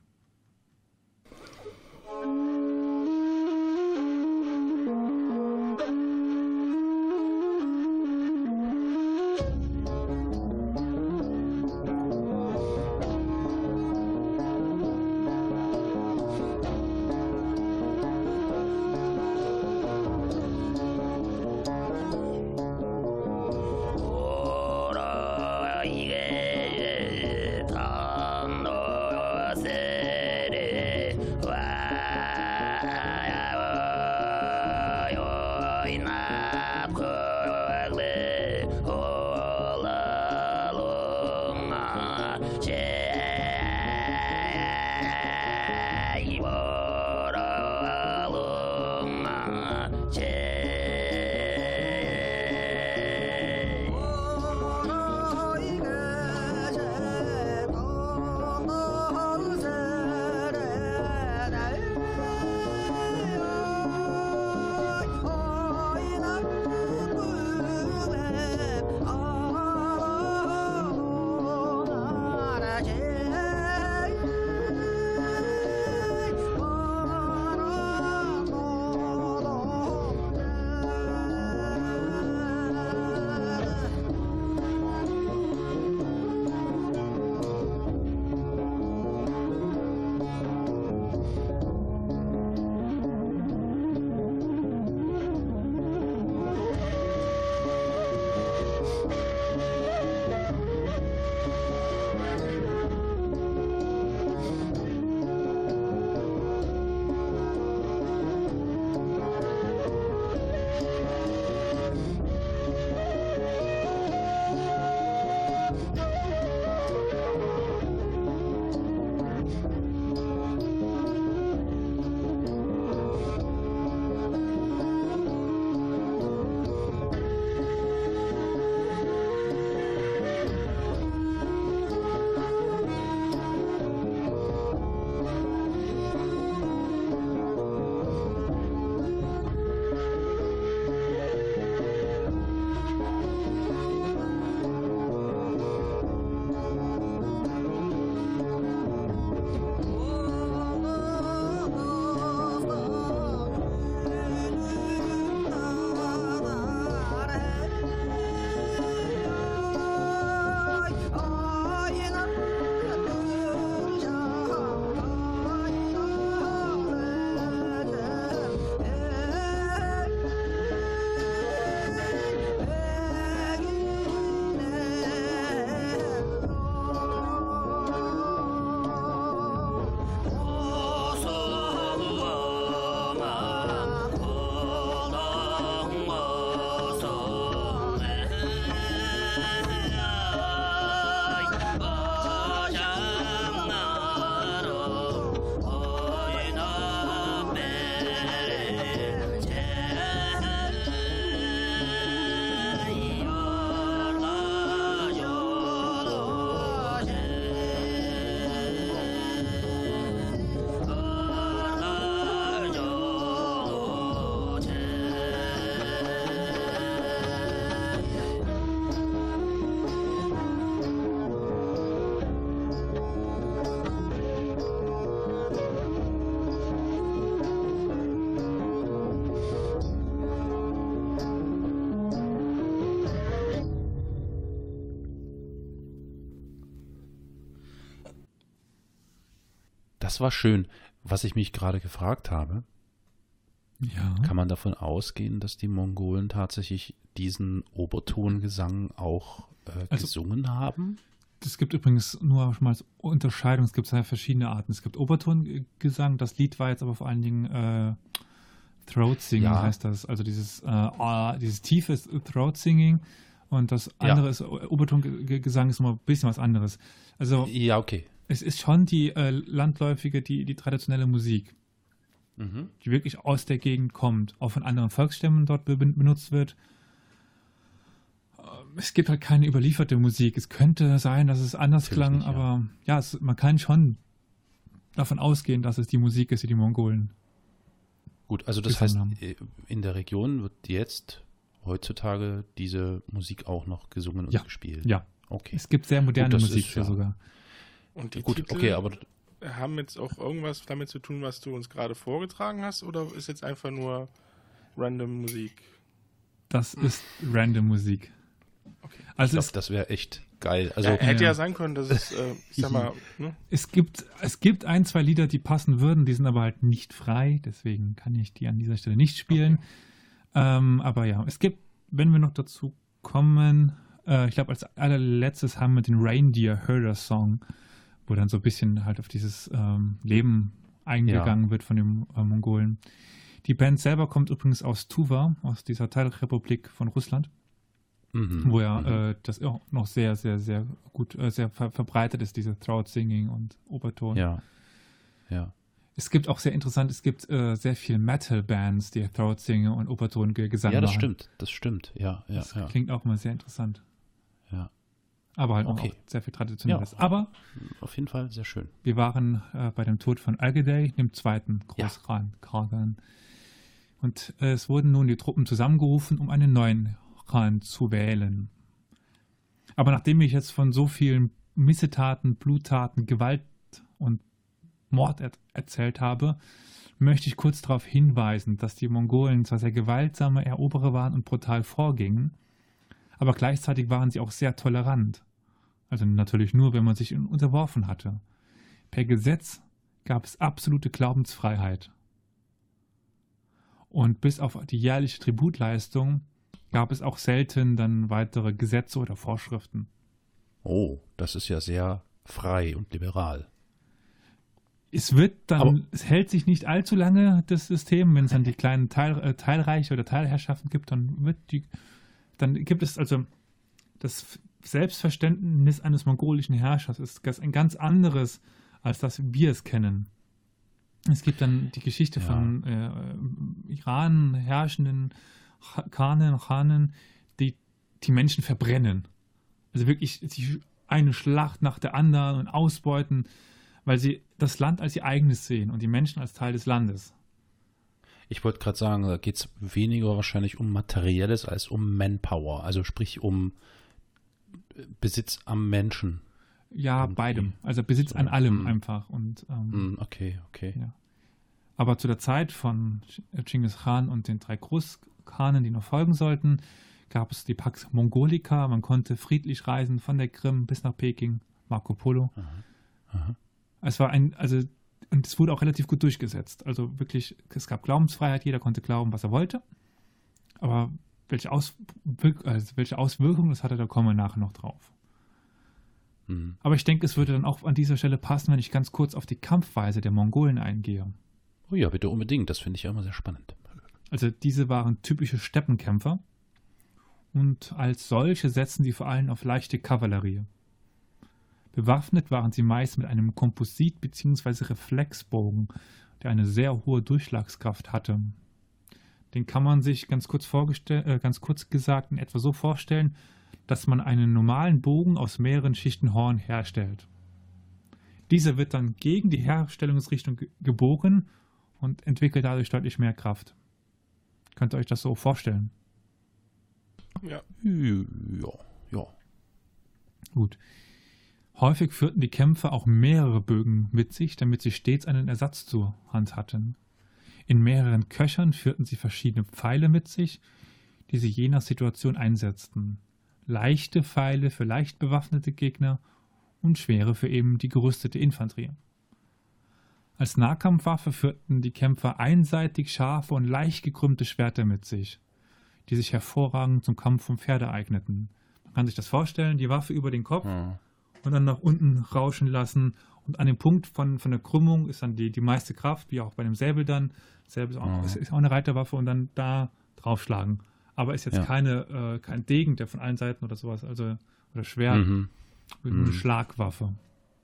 Say Das war schön. Was ich mich gerade gefragt habe, Ja. kann man davon ausgehen, dass die Mongolen tatsächlich diesen Obertongesang auch äh, Also- gesungen haben? Es gibt übrigens nur schon mal als Unterscheidung, es gibt sehr verschiedene Arten. Es gibt Obertongesang, das Lied war jetzt aber vor allen Dingen äh, Throat Singing Ja. heißt das. Also dieses, äh, ah, dieses tiefe Throat Singing und das andere Ja. ist Obertongesang ist nochmal ein bisschen was anderes. Also Ja, okay. es ist schon die äh, landläufige, die, die traditionelle Musik, Mhm. die wirklich aus der Gegend kommt, auch von anderen Volksstämmen dort be benutzt wird. Ähm, Es gibt halt keine überlieferte Musik. Es könnte sein, dass es anders Natürlich klang, nicht, ja. aber ja, es, man kann schon davon ausgehen, dass es die Musik ist, die die Mongolen. Gut, also das heißt, gesungen äh, in der Region wird jetzt heutzutage diese Musik auch noch gesungen und Ja. gespielt. Ja, Okay. es gibt sehr moderne das Musik ist für ja- sogar. Und die Gut, Titel okay, aber haben jetzt auch irgendwas damit zu tun, was du uns gerade vorgetragen hast, oder ist jetzt einfach nur random Musik? Das ist random Musik. Okay. ich Also glaube, es, das wäre echt geil. Also ja, hätte ja. Ja. sein können, dass es, äh, ich sag mal, ne? es, gibt, es gibt ein, zwei Lieder, die passen würden, die sind aber halt nicht frei, deswegen kann ich die an dieser Stelle nicht spielen. Ähm, aber ja, es gibt, wenn wir noch dazu kommen, äh, ich glaube, als allerletztes haben wir den Reindeer Herder Song, wo dann so ein bisschen halt auf dieses ähm, Leben eingegangen wird von den äh, Mongolen. Die Band selber kommt übrigens aus Tuva, aus dieser Teilrepublik von Russland, mhm, wo ja mhm. äh, das auch noch sehr, sehr, sehr gut, äh, sehr ver verbreitet ist, diese Throat Singing und Oberton. ja, ja. Es gibt auch sehr interessant, es gibt äh, sehr viele Metal-Bands, die Throat Singing und Oberton ge- Gesang Ja, das machen. stimmt, das stimmt. Ja, ja, Das ja. klingt auch immer sehr interessant. ja. Aber halt Okay. auch sehr viel Traditionelles. Ja. Aber Auf jeden Fall sehr schön. wir waren äh, bei dem Tod von Algedei, dem zweiten Ja. Großkhan. Khan. Und äh, es wurden nun die Truppen zusammengerufen, um einen neuen Khan zu wählen. Aber nachdem ich jetzt von so vielen Missetaten, Bluttaten, Gewalt und Mord er erzählt habe, möchte ich kurz darauf hinweisen, dass die Mongolen zwar sehr gewaltsame Eroberer waren und brutal vorgingen, aber gleichzeitig waren sie auch sehr tolerant. Also natürlich nur, wenn man sich ihnen unterworfen hatte. Per Gesetz gab es absolute Glaubensfreiheit. Und bis auf die jährliche Tributleistung gab es auch selten dann weitere Gesetze oder Vorschriften. Oh, das ist ja sehr frei und liberal. Es wird dann, Aber- es hält sich nicht allzu lange, das System. Wenn es dann die kleinen Teil, äh, Teilreiche oder Teilherrschaften gibt, dann wird die, dann gibt es also das Selbstverständnis eines mongolischen Herrschers ist das ein ganz anderes, als das wir es kennen. Es gibt dann die Geschichte Ja. von äh, Iran herrschenden Ch- Khanen, Khanen, die die Menschen verbrennen. Also wirklich die, eine Schlacht nach der anderen und ausbeuten, weil sie das Land als ihr eigenes sehen und die Menschen als Teil des Landes. Ich wollte gerade sagen, da geht es weniger wahrscheinlich um Materielles als um Manpower, also sprich um Besitz am Menschen. Ja, Irgendwie. beidem. Also Besitz So, an allem hm. einfach. Und, ähm, Hm, okay, okay. Ja. Aber zu der Zeit von Genghis Khan und den drei Großkhanen, die noch folgen sollten, gab es die Pax Mongolica. Man konnte friedlich reisen von der Krim bis nach Peking, Marco Polo. Aha. Es war ein, also, und es wurde auch relativ gut durchgesetzt. Also wirklich, es gab Glaubensfreiheit, jeder konnte glauben, was er wollte. Aber welche, Auswirk also welche Auswirkungen das hatte, da kommen wir nachher noch drauf. Hm. Aber ich denke, es würde dann auch an dieser Stelle passen, wenn ich ganz kurz auf die Kampfweise der Mongolen eingehe. Oh ja, bitte unbedingt. Das finde ich ja immer sehr spannend. Also diese waren typische Steppenkämpfer und als solche setzten sie vor allem auf leichte Kavallerie. Bewaffnet waren sie meist mit einem Komposit- bzw. Reflexbogen, der eine sehr hohe Durchschlagskraft hatte. Den kann man sich ganz kurz, vorgestell- äh, ganz kurz gesagt in etwa so vorstellen, dass man einen normalen Bogen aus mehreren Schichten Horn herstellt. Dieser wird dann gegen die Herstellungsrichtung ge- gebogen und entwickelt dadurch deutlich mehr Kraft. Könnt ihr euch das so vorstellen? Ja. Ja, ja. Gut. Häufig führten die Kämpfer auch mehrere Bögen mit sich, damit sie stets einen Ersatz zur Hand hatten. In mehreren Köchern führten sie verschiedene Pfeile mit sich, die sie je nach Situation einsetzten. Leichte Pfeile für leicht bewaffnete Gegner und schwere für eben die gerüstete Infanterie. Als Nahkampfwaffe führten die Kämpfer einseitig scharfe und leicht gekrümmte Schwerter mit sich, die sich hervorragend zum Kampf vom Pferde eigneten. Man kann sich das vorstellen, die Waffe über den Kopf Ja. und dann nach unten rauschen lassen. Und an dem Punkt von, von der Krümmung ist dann die, die meiste Kraft, wie auch bei dem Säbel dann. Säbel ist auch, Ja. ist, ist auch eine Reiterwaffe und dann da draufschlagen. Aber ist jetzt Ja. keine, äh, kein Degen, der von allen Seiten oder sowas, also oder Schwert, Mhm. nur eine Mhm. Schlagwaffe.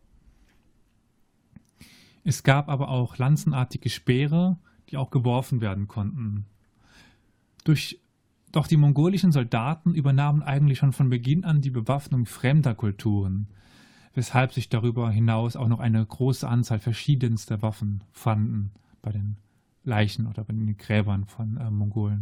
Es gab aber auch lanzenartige Speere, die auch geworfen werden konnten. Durch, doch die mongolischen Soldaten übernahmen eigentlich schon von Beginn an die Bewaffnung fremder Kulturen, weshalb sich darüber hinaus auch noch eine große Anzahl verschiedenster Waffen fanden bei den Leichen oder bei den Gräbern von äh, Mongolen.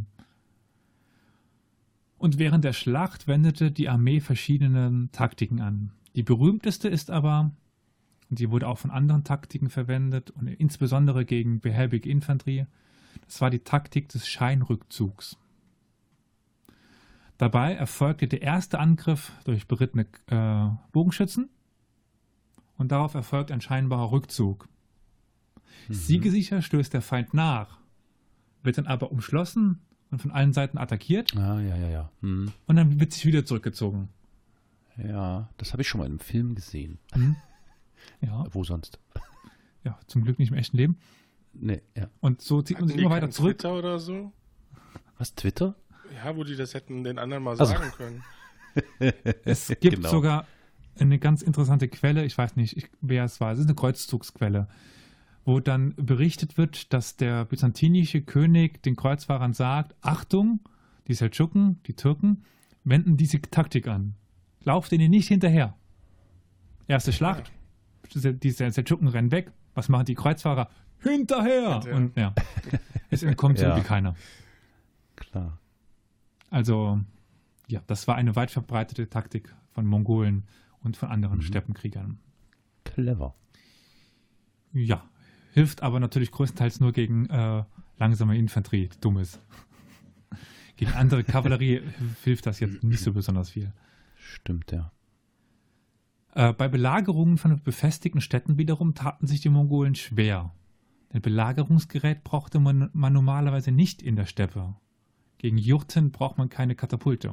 Und während der Schlacht wendete die Armee verschiedene Taktiken an. Die berühmteste ist aber, und die wurde auch von anderen Taktiken verwendet, und insbesondere gegen behäbige Infanterie, das war die Taktik des Scheinrückzugs. Dabei erfolgte der erste Angriff durch berittene äh, Bogenschützen und darauf erfolgt ein scheinbarer Rückzug. Mhm. Siegesicher stößt der Feind nach, wird dann aber umschlossen und von allen Seiten attackiert Ah, ja, ja, ja. Mhm. und dann wird sich wieder zurückgezogen. Ja, das habe ich schon mal in einem Film gesehen. Mhm. Ja, Wo sonst? ja, zum Glück nicht im echten Leben. Nee, ja. Und so zieht man Hatten sich die immer weiter keinen zurück. Twitter oder so? Was, Twitter? Ja, wo die das hätten den anderen mal Also- sagen können. Es gibt Genau. sogar eine ganz interessante Quelle, ich weiß nicht, ich, wer es war, es ist eine Kreuzzugsquelle, wo dann berichtet wird, dass der byzantinische König den Kreuzfahrern sagt, Achtung, die Seldschuken, die Türken, wenden diese Taktik an. Lauft ihnen nicht hinterher. Erste Schlacht, die Seldschuken rennen weg, was machen die Kreuzfahrer? Hinterher! Hinterher. Und ja, es entkommt Ja. irgendwie keiner. Klar. Also, ja, das war eine weit verbreitete Taktik von Mongolen und von anderen Mhm. Steppenkriegern. Clever. Ja, hilft aber natürlich größtenteils nur gegen äh, langsame Infanterie, die dumm ist. Gegen andere Kavallerie hilft das jetzt nicht so besonders viel. Stimmt, ja. Äh, bei Belagerungen von befestigten Städten wiederum taten sich die Mongolen schwer. Denn Belagerungsgerät brauchte man, man normalerweise nicht in der Steppe. Gegen Jurten braucht man keine Katapulte.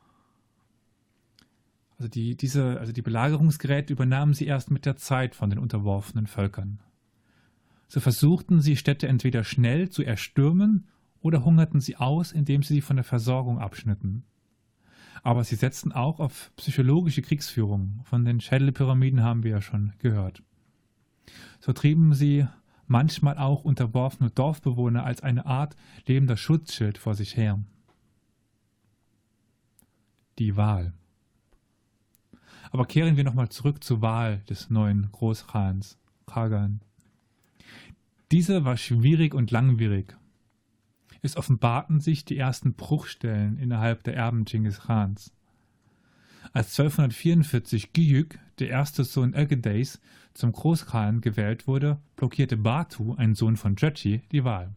Also die, diese, also die Belagerungsgeräte übernahmen sie erst mit der Zeit von den unterworfenen Völkern. So versuchten sie Städte entweder schnell zu erstürmen oder hungerten sie aus, indem sie sie von der Versorgung abschnitten. Aber sie setzten auch auf psychologische Kriegsführung. Von den Schädelpyramiden haben wir ja schon gehört. So trieben sie manchmal auch unterworfene Dorfbewohner als eine Art lebender Schutzschild vor sich her. Die Wahl. Aber kehren wir nochmal zurück zur Wahl des neuen Großchans, Khagan. Diese war schwierig und langwierig. Es offenbarten sich die ersten Bruchstellen innerhalb der Erben Dschingis Khans. Als zwölfhundertvierundvierzig Gyük, der erste Sohn Ögedeys, zum Großkhan gewählt wurde, blockierte Batu, ein Sohn von Jötchi, die Wahl.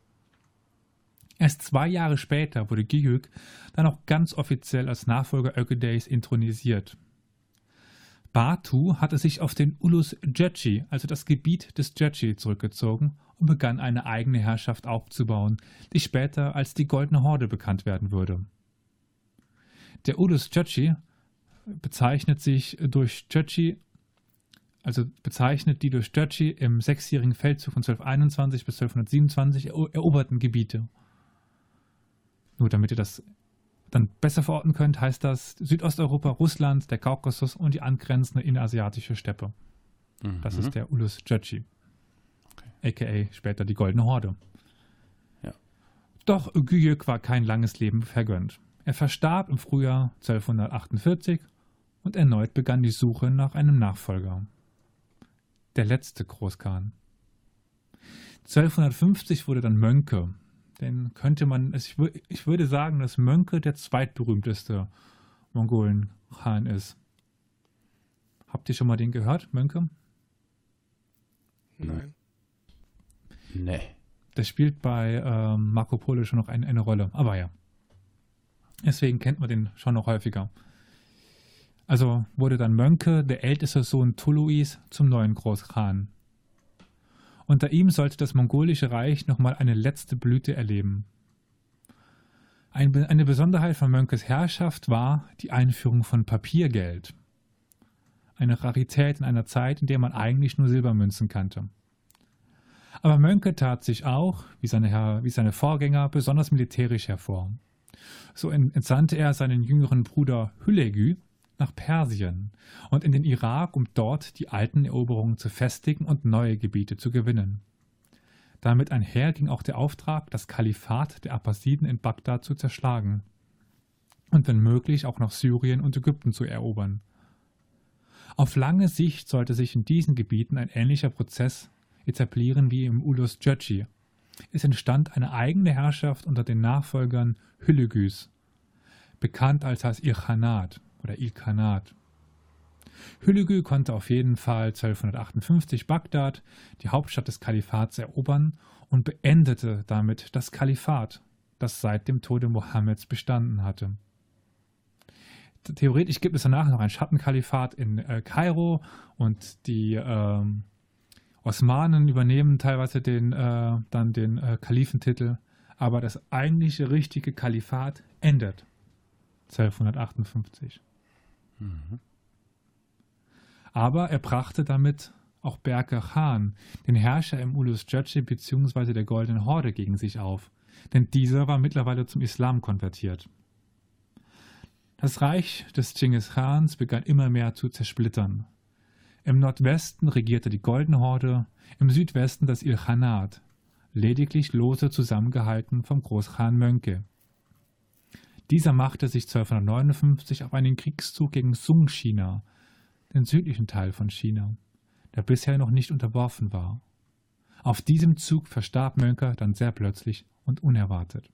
Erst zwei Jahre später wurde Gyük dann auch ganz offiziell als Nachfolger Ögedeys intronisiert. Batu hatte sich auf den Ulus Jötchi, also das Gebiet des Jötchi, zurückgezogen und begann eine eigene Herrschaft aufzubauen, die später als die Goldene Horde bekannt werden würde. Der Ulus Jötchi bezeichnet sich durch Jötchi, also bezeichnet die durch Jötchi im sechsjährigen Feldzug von zwölfhunderteinundzwanzig bis zwölfhundertsiebenundzwanzig eroberten Gebiete. Nur damit ihr das dann besser verorten könnt, heißt das Südosteuropa, Russland, der Kaukasus und die angrenzende innerasiatische Steppe. Mhm. Das ist der Ulus Jötchi, aka später die Goldene Horde. Ja. Doch Gyük war kein langes Leben vergönnt. Er verstarb im Frühjahr zwölfhundertachtundvierzig und erneut begann die Suche nach einem Nachfolger. Der letzte Großkhan. zwölfhundertfünfzig wurde dann Mönke. Den könnte man, ich, ich würde sagen, dass Mönke der zweitberühmteste Mongolen-Khan ist. Habt ihr schon mal den gehört, Mönke? Nein. Nee. Der spielt bei ähm, Marco Polo schon noch ein, eine Rolle, aber ja. Deswegen kennt man den schon noch häufiger. Also wurde dann Mönke, der älteste Sohn Tuluis, zum neuen Großkhan. Unter ihm sollte das mongolische Reich nochmal eine letzte Blüte erleben. Eine Besonderheit von Mönkes Herrschaft war die Einführung von Papiergeld. Eine Rarität in einer Zeit, in der man eigentlich nur Silbermünzen kannte. Aber Mönke tat sich auch, wie seine, wie seine Vorgänger, besonders militärisch hervor. So entsandte er seinen jüngeren Bruder Hülegü nach Persien und in den Irak, um dort die alten Eroberungen zu festigen und neue Gebiete zu gewinnen. Damit einher ging auch der Auftrag, das Kalifat der Abbasiden in Bagdad zu zerschlagen und wenn möglich auch noch Syrien und Ägypten zu erobern. Auf lange Sicht sollte sich in diesen Gebieten ein ähnlicher Prozess etablieren wie im Ulus Cöci. Es entstand eine eigene Herrschaft unter den Nachfolgern Hülegüs, bekannt als das Ilkhanat oder Ilkhanat. Hülegü konnte auf jeden Fall zwölfhundertachtundfünfzig Bagdad, die Hauptstadt des Kalifats, erobern und beendete damit das Kalifat, das seit dem Tode Mohammeds bestanden hatte. Theoretisch gibt es danach noch ein Schattenkalifat in äh, Kairo und die äh, Osmanen übernehmen teilweise den, äh, dann den äh, Kalifentitel, aber das eigentliche richtige Kalifat endet zwölfhundertachtundfünfzig. Mhm. Aber er brachte damit auch Berke Khan, den Herrscher im Ulus Cöci bzw. der Goldenen Horde, gegen sich auf, denn dieser war mittlerweile zum Islam konvertiert. Das Reich des Dschingis Khans begann immer mehr zu zersplittern. Im Nordwesten regierte die Goldene Horde, im Südwesten das Ilkhanat, lediglich lose zusammengehalten vom Großkhan Mönke. Dieser machte sich zwölfhundertneunundfünfzig auf einen Kriegszug gegen Sung-China, den südlichen Teil von China, der bisher noch nicht unterworfen war. Auf diesem Zug verstarb Mönke dann sehr plötzlich und unerwartet.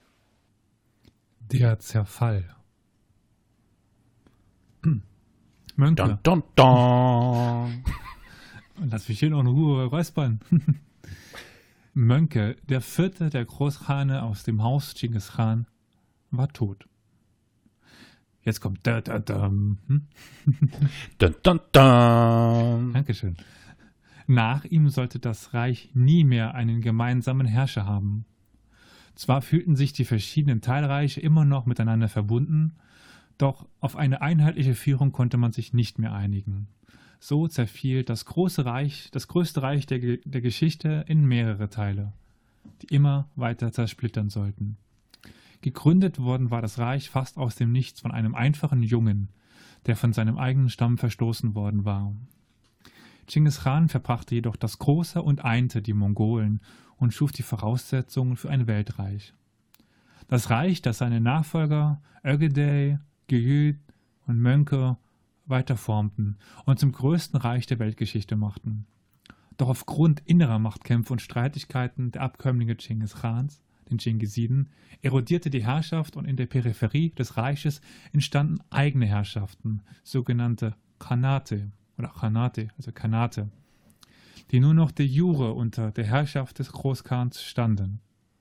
Der Zerfall. Mönke. Dun, dun, dun. Und lass mich hier noch in Ruhe räuspern. Mönke, der vierte der Großkhane aus dem Haus Genghis Khan, war tot. Jetzt kommt da, da, da. Hm? Dun, dun, dun. Dankeschön. Nach ihm sollte das Reich nie mehr einen gemeinsamen Herrscher haben. Zwar fühlten sich die verschiedenen Teilreiche immer noch miteinander verbunden, doch auf eine einheitliche Führung konnte man sich nicht mehr einigen. So zerfiel das große Reich, das größte Reich der, Ge- der Geschichte in mehrere Teile, die immer weiter zersplittern sollten. Gegründet worden war das Reich fast aus dem Nichts von einem einfachen Jungen, der von seinem eigenen Stamm verstoßen worden war. Genghis Khan verbrachte jedoch das Große und einte die Mongolen und schuf die Voraussetzungen für ein Weltreich. Das Reich, das seine Nachfolger Ögedei, Geyud und Mönke weiter formten und zum größten Reich der Weltgeschichte machten. Doch aufgrund innerer Machtkämpfe und Streitigkeiten der Abkömmlinge Genghis Khans, den Dschingisiden, erodierte die Herrschaft und in der Peripherie des Reiches entstanden eigene Herrschaften, sogenannte Khanate oder Khanate, also Khanate, die nur noch de jure unter der Herrschaft des Großkhans standen.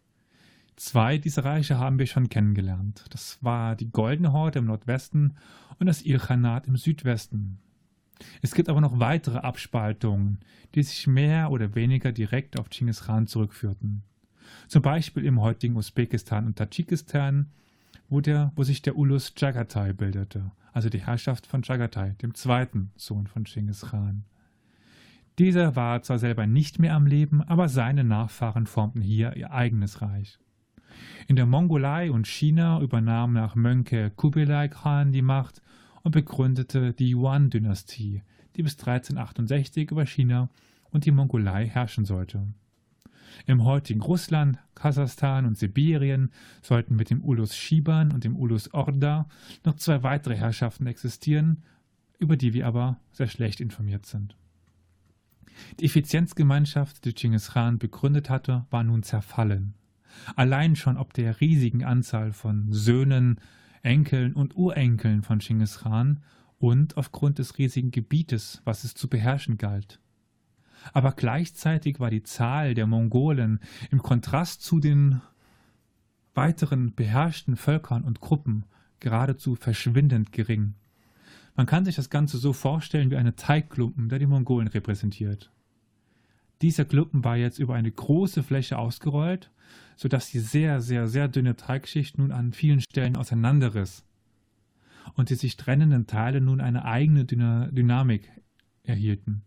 Zwei dieser Reiche haben wir schon kennengelernt. Das war die Goldene Horde im Nordwesten und das Ilkhanat im Südwesten. Es gibt aber noch weitere Abspaltungen, die sich mehr oder weniger direkt auf Genghis Khan zurückführten. Zum Beispiel im heutigen Usbekistan und Tadschikistan, wo, der, wo sich der Ulus Chagatai bildete, also die Herrschaft von Chagatai, dem zweiten Sohn von Genghis Khan. Dieser war zwar selber nicht mehr am Leben, aber seine Nachfahren formten hier ihr eigenes Reich. In der Mongolei und China übernahm nach Mönke Kubilai Khan die Macht und begründete die Yuan-Dynastie, die bis dreizehnhundertachtundsechzig über China und die Mongolei herrschen sollte. Im heutigen Russland, Kasachstan und Sibirien sollten mit dem Ulus Shiban und dem Ulus Orda noch zwei weitere Herrschaften existieren, über die wir aber sehr schlecht informiert sind. Die Effizienzgemeinschaft, die Genghis Khan begründet hatte, war nun zerfallen. Allein schon ob der riesigen Anzahl von Söhnen, Enkeln und Urenkeln von Genghis Khan und aufgrund des riesigen Gebietes, was es zu beherrschen galt. Aber gleichzeitig war die Zahl der Mongolen im Kontrast zu den weiteren beherrschten Völkern und Gruppen geradezu verschwindend gering. Man kann sich das Ganze so vorstellen wie eine Teigklumpen, der die Mongolen repräsentiert. Dieser Klumpen war jetzt über eine große Fläche ausgerollt, sodass die sehr, sehr, sehr dünne Teigschicht nun an vielen Stellen auseinanderriss und die sich trennenden Teile nun eine eigene Dyna- Dynamik erhielten.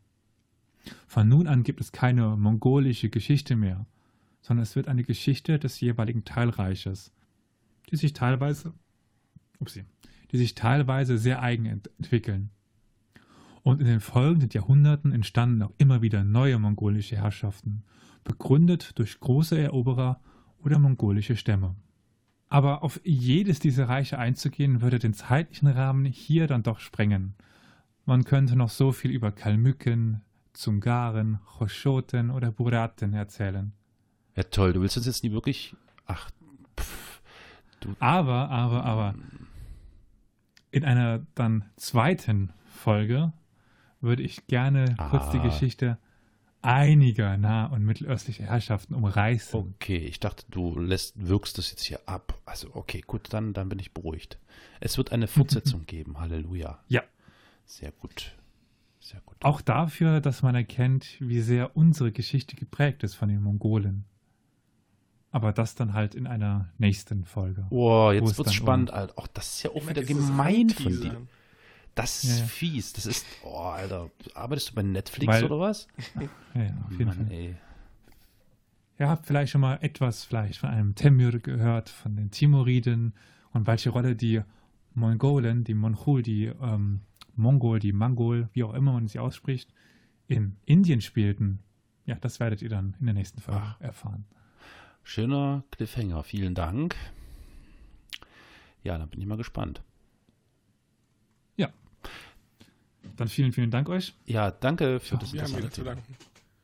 Von nun an gibt es keine mongolische Geschichte mehr, sondern es wird eine Geschichte des jeweiligen Teilreiches, die sich teilweise, upsie, die sich teilweise sehr eigen ent- entwickeln. Und in den folgenden Jahrhunderten entstanden auch immer wieder neue mongolische Herrschaften, begründet durch große Eroberer oder mongolische Stämme. Aber auf jedes dieser Reiche einzugehen, würde den zeitlichen Rahmen hier dann doch sprengen. Man könnte noch so viel über Kalmücken, Zungaren, Choschoten oder Buraten erzählen. Ja toll, du willst uns jetzt nie wirklich... Ach, pff, du... Aber, aber, aber, in einer dann zweiten Folge würde ich gerne Ah. kurz die Geschichte einiger nah- und mittelöstlicher Herrschaften umreißen. Okay, ich dachte, du lässt, wirkst das jetzt hier ab. Also okay, gut, dann, dann bin ich beruhigt. Es wird eine Fortsetzung geben, Halleluja. Ja. Sehr gut, sehr gut. Auch dafür, dass man erkennt, wie sehr unsere Geschichte geprägt ist von den Mongolen. Aber das dann halt in einer nächsten Folge. Oh, Wo jetzt es wird's dann spannend, Alter. Auch das ist ja auch Ich meine, wieder es ist gemein von Anteaser. dir. Das ist Ja, ja. fies. Das ist, oh, Alter. Arbeitest du bei Netflix Weil- oder was? Ja, ja, auf jeden Mann, Fall. ey. Ihr habt vielleicht schon mal etwas vielleicht von einem Temür gehört, von den Timuriden und welche Rolle die Mongolen, die Monchul, die ähm, Mongol, die Mangol, wie auch immer man sie ausspricht, in Indien spielten. Ja, das werdet ihr dann in der nächsten Folge Ach. erfahren. Schöner Cliffhanger. Vielen Dank. Ja, dann bin ich mal gespannt. Ja. Dann vielen, vielen Dank euch. Ja, danke für Ja, das Wir haben wieder interessante zu Thema. danken.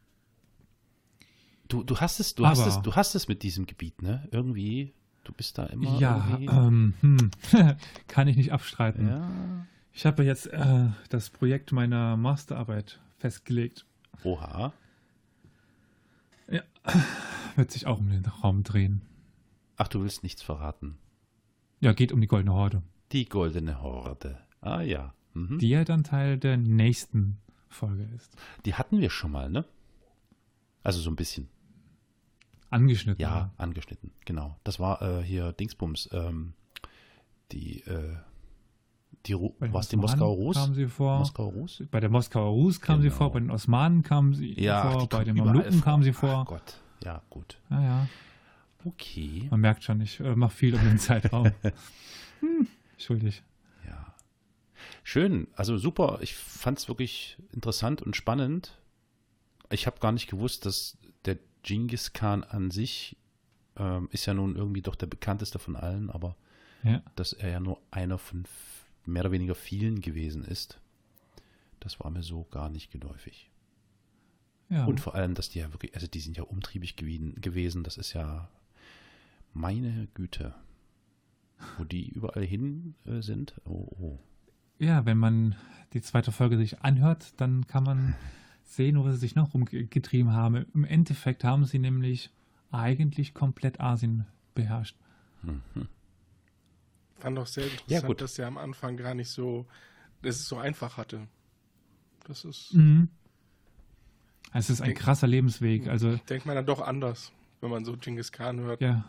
Du, du hast es, du hast Aber- es, du hast es mit diesem Gebiet, ne? Irgendwie, du bist da immer Ja, irgendwie. ähm, hm, kann ich nicht abstreiten. Ja. Ich habe jetzt äh, das Projekt meiner Masterarbeit festgelegt. Oha. Ja, wird sich auch um den Raum drehen. Ach, du willst nichts verraten. Ja, geht um die Goldene Horde. Die Goldene Horde. Ah ja. Mhm. Die ja dann Teil der nächsten Folge ist. Die hatten wir schon mal, ne? Also so ein bisschen. Angeschnitten. Ja, angeschnitten, genau. Das war äh, hier Dingsbums. Ähm, die, äh, die, Bei den was die Osmanen Moskauer Rus? Kamen sie vor. Moskauer Rus? Bei der Moskauer Rus kamen Genau. sie vor, bei den Osmanen kamen sie Ja, ach, vor, die bei kommen den überall Mamluken vor. kamen sie Ach vor. Gott, ja, gut. Ja, ja. Okay. Man merkt schon, ich äh, mache viel um den Zeitraum. hm, schuldig. Ja. Schön, also super. Ich fand es wirklich interessant und spannend. Ich habe gar nicht gewusst, dass der Genghis Khan an sich ähm, ist ja nun irgendwie doch der bekannteste von allen, aber Ja. dass er ja nur einer von f- mehr oder weniger vielen gewesen ist, das war mir so gar nicht geläufig. Ja. Und vor allem, dass die ja wirklich, also die sind ja umtriebig gewesen, gewesen, das ist ja meine Güte. Wo die überall hin äh, sind, oh, oh. ja, wenn man die zweite Folge sich anhört, dann kann man sehen, wo sie sich noch rumgetrieben haben. Im Endeffekt haben sie nämlich eigentlich komplett Asien beherrscht. Mhm. Fand auch sehr interessant, Ja, gut. dass er am Anfang gar nicht so, dass es so einfach hatte. Das ist, Mhm. Es ist ein Denk- krasser Lebensweg. Also, denkt man dann doch anders, wenn man so Genghis Khan hört. ja.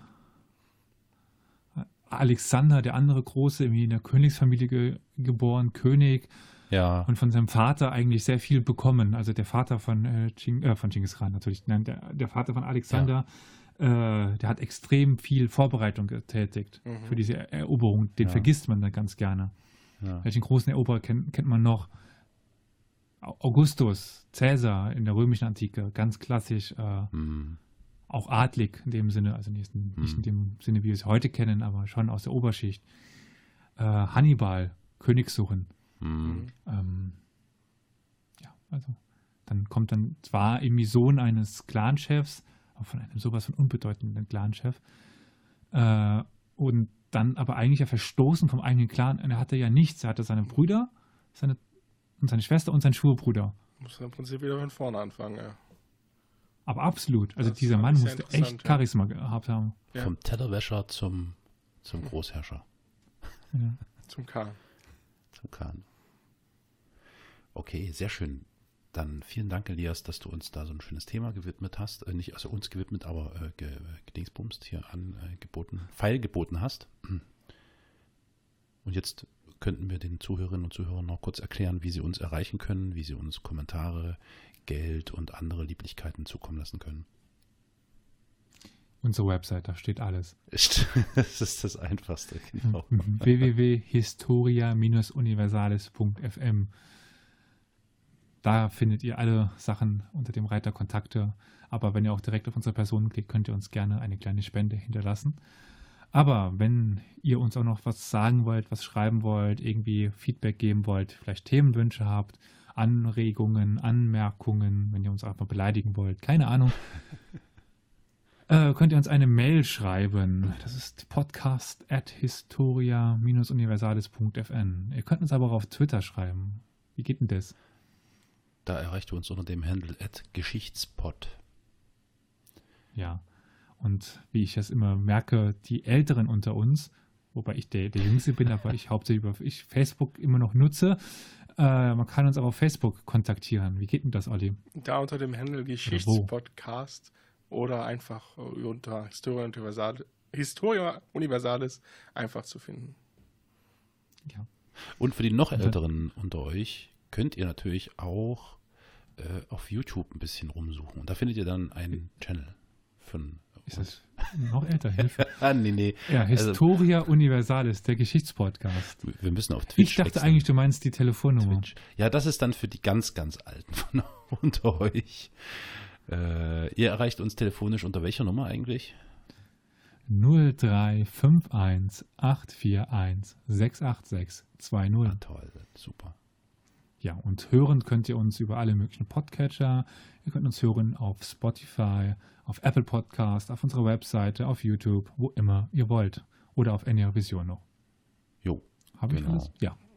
Alexander, der andere Große, irgendwie in der Königsfamilie ge geboren, König, Ja, und von seinem Vater eigentlich sehr viel bekommen. Also der Vater von, äh, Ching, äh, von Genghis Khan natürlich, nein, der, der Vater von Alexander, äh, der hat extrem viel Vorbereitung getätigt Mhm. für diese Eroberung. Den Ja. vergisst man dann ganz gerne. ja. Welchen großen Eroberer kennt, kennt man noch? Au- Augustus, Cäsar in der römischen Antike, ganz klassisch, äh, Hm. auch adlig in dem Sinne, also nicht, in- nicht in Mhm. dem Sinne, wie wir es heute kennen, aber schon aus der Oberschicht. Äh, Hannibal, Königssuchen. Hm. Ähm, ja, also dann kommt dann zwar irgendwie Sohn eines Clanchefs, aber von einem sowas von unbedeutenden Clanchef, äh, und dann aber eigentlich ja verstoßen vom eigenen Clan. Und er hatte ja nichts, er hatte seine Brüder, seine und seine Schwester und seinen Schwurbruder. Muss im Prinzip wieder von vorne anfangen, ja. Aber absolut, also Das dieser fand Mann ich sehr musste interessant, echt ja. Charisma gehabt haben. Ja. Vom Tellerwäscher zum, zum Großherrscher, Ja. Zum Khan. zum Khan. Okay, sehr schön. Dann vielen Dank, Elias, dass du uns da so ein schönes Thema gewidmet hast. Äh, nicht also uns gewidmet, aber äh, ge, gedingsbumst hier angeboten, Pfeil geboten hast. Und jetzt könnten wir den Zuhörerinnen und Zuhörern noch kurz erklären, wie sie uns erreichen können, wie sie uns Kommentare, Geld und andere Lieblichkeiten zukommen lassen können. Unsere Website, da steht alles. Das ist das Einfachste, genau. w w w punkt historia universales punkt f m. Da findet ihr alle Sachen unter dem Reiter Kontakte. Aber wenn ihr auch direkt auf unsere Person klickt, könnt ihr uns gerne eine kleine Spende hinterlassen. Aber wenn ihr uns auch noch was sagen wollt, was schreiben wollt, irgendwie Feedback geben wollt, vielleicht Themenwünsche habt, Anregungen, Anmerkungen, wenn ihr uns einfach beleidigen wollt, keine Ahnung, äh, könnt ihr uns eine Mail schreiben. Das ist podcast at historia universales punkt f n. Ihr könnt uns aber auch auf Twitter schreiben. Wie geht denn das? Da erreicht ihr uns unter dem Handle at Geschichtspot. Ja. Und wie ich das immer merke, die Älteren unter uns, wobei ich der, der Jüngste bin, aber ich hauptsächlich über ich Facebook immer noch nutze, äh, man kann uns auch auf Facebook kontaktieren. Wie geht denn das, Olli? Da unter dem Handle Geschichtspodcast oder einfach äh, unter Historia Universal, Historia Universalis einfach zu finden. Ja. Und für die noch Und dann- Älteren unter euch könnt ihr natürlich auch äh, auf YouTube ein bisschen rumsuchen. Und da findet ihr dann einen Channel von Ist das noch älter? Hilfe. Ah, nee, nee. Ja, Historia Universalis, der Geschichtspodcast. Wir müssen auf Twitch Ich dachte wechseln. eigentlich, du meinst die Telefonnummer. Twitch. Ja, das ist dann für die ganz, ganz Alten von unter euch. Äh, ihr erreicht uns telefonisch unter welcher Nummer eigentlich? null drei fünf eins acht vier eins sechs acht sechs zwei null. Ah, toll, super. Ja, und hören könnt ihr uns über alle möglichen Podcatcher. Ihr könnt uns hören auf Spotify, auf Apple Podcast, auf unserer Webseite, auf YouTube, wo immer ihr wollt. Oder auf N R Vision noch. Jo, Habe ich genau. alles? Ja.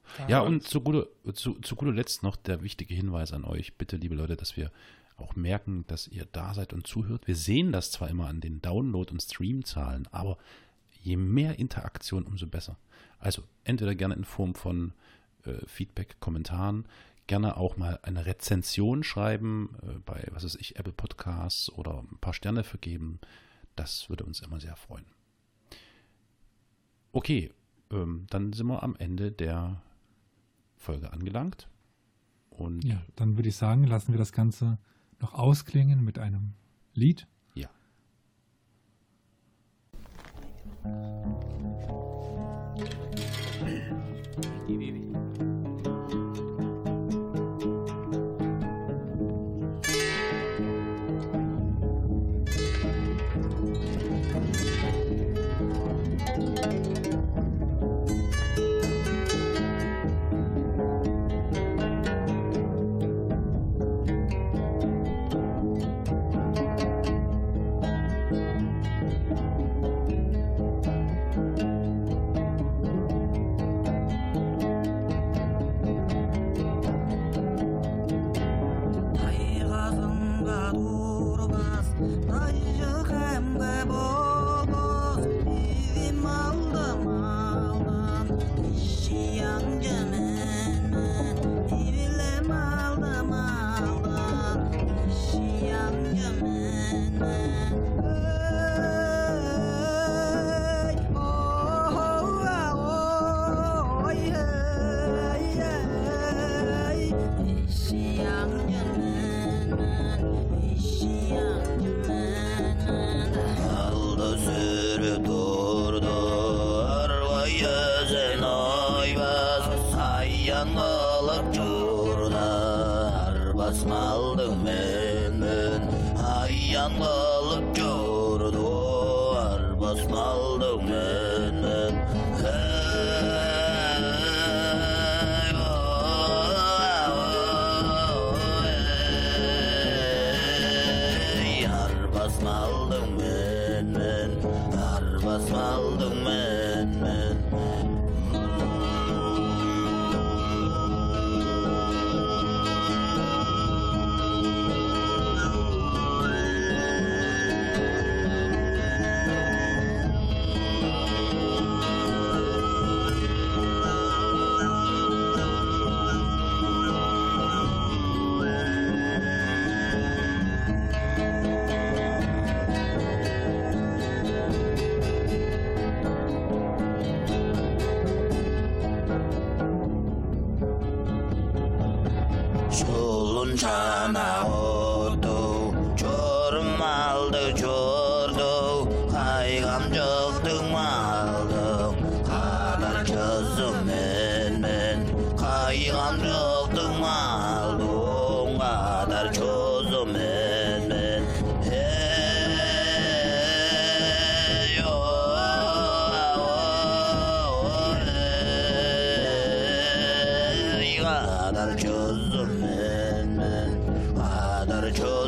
Ja, und zu guter, zu, zu guter Letzt noch der wichtige Hinweis an euch, bitte, liebe Leute, dass wir auch merken, dass ihr da seid und zuhört. Wir sehen das zwar immer an den Download- und Streamzahlen, aber je mehr Interaktion, umso besser. Also entweder gerne in Form von äh, Feedback, Kommentaren, gerne auch mal eine Rezension schreiben äh, bei, was weiß ich, Apple Podcasts oder ein paar Sterne vergeben. Das würde uns immer sehr freuen. Okay, ähm, dann sind wir am Ende der Folge angelangt. Und ja, dann würde ich sagen, lassen wir das Ganze noch ausklingen mit einem Lied. Ja. Çözüm men men, kadar çözüm.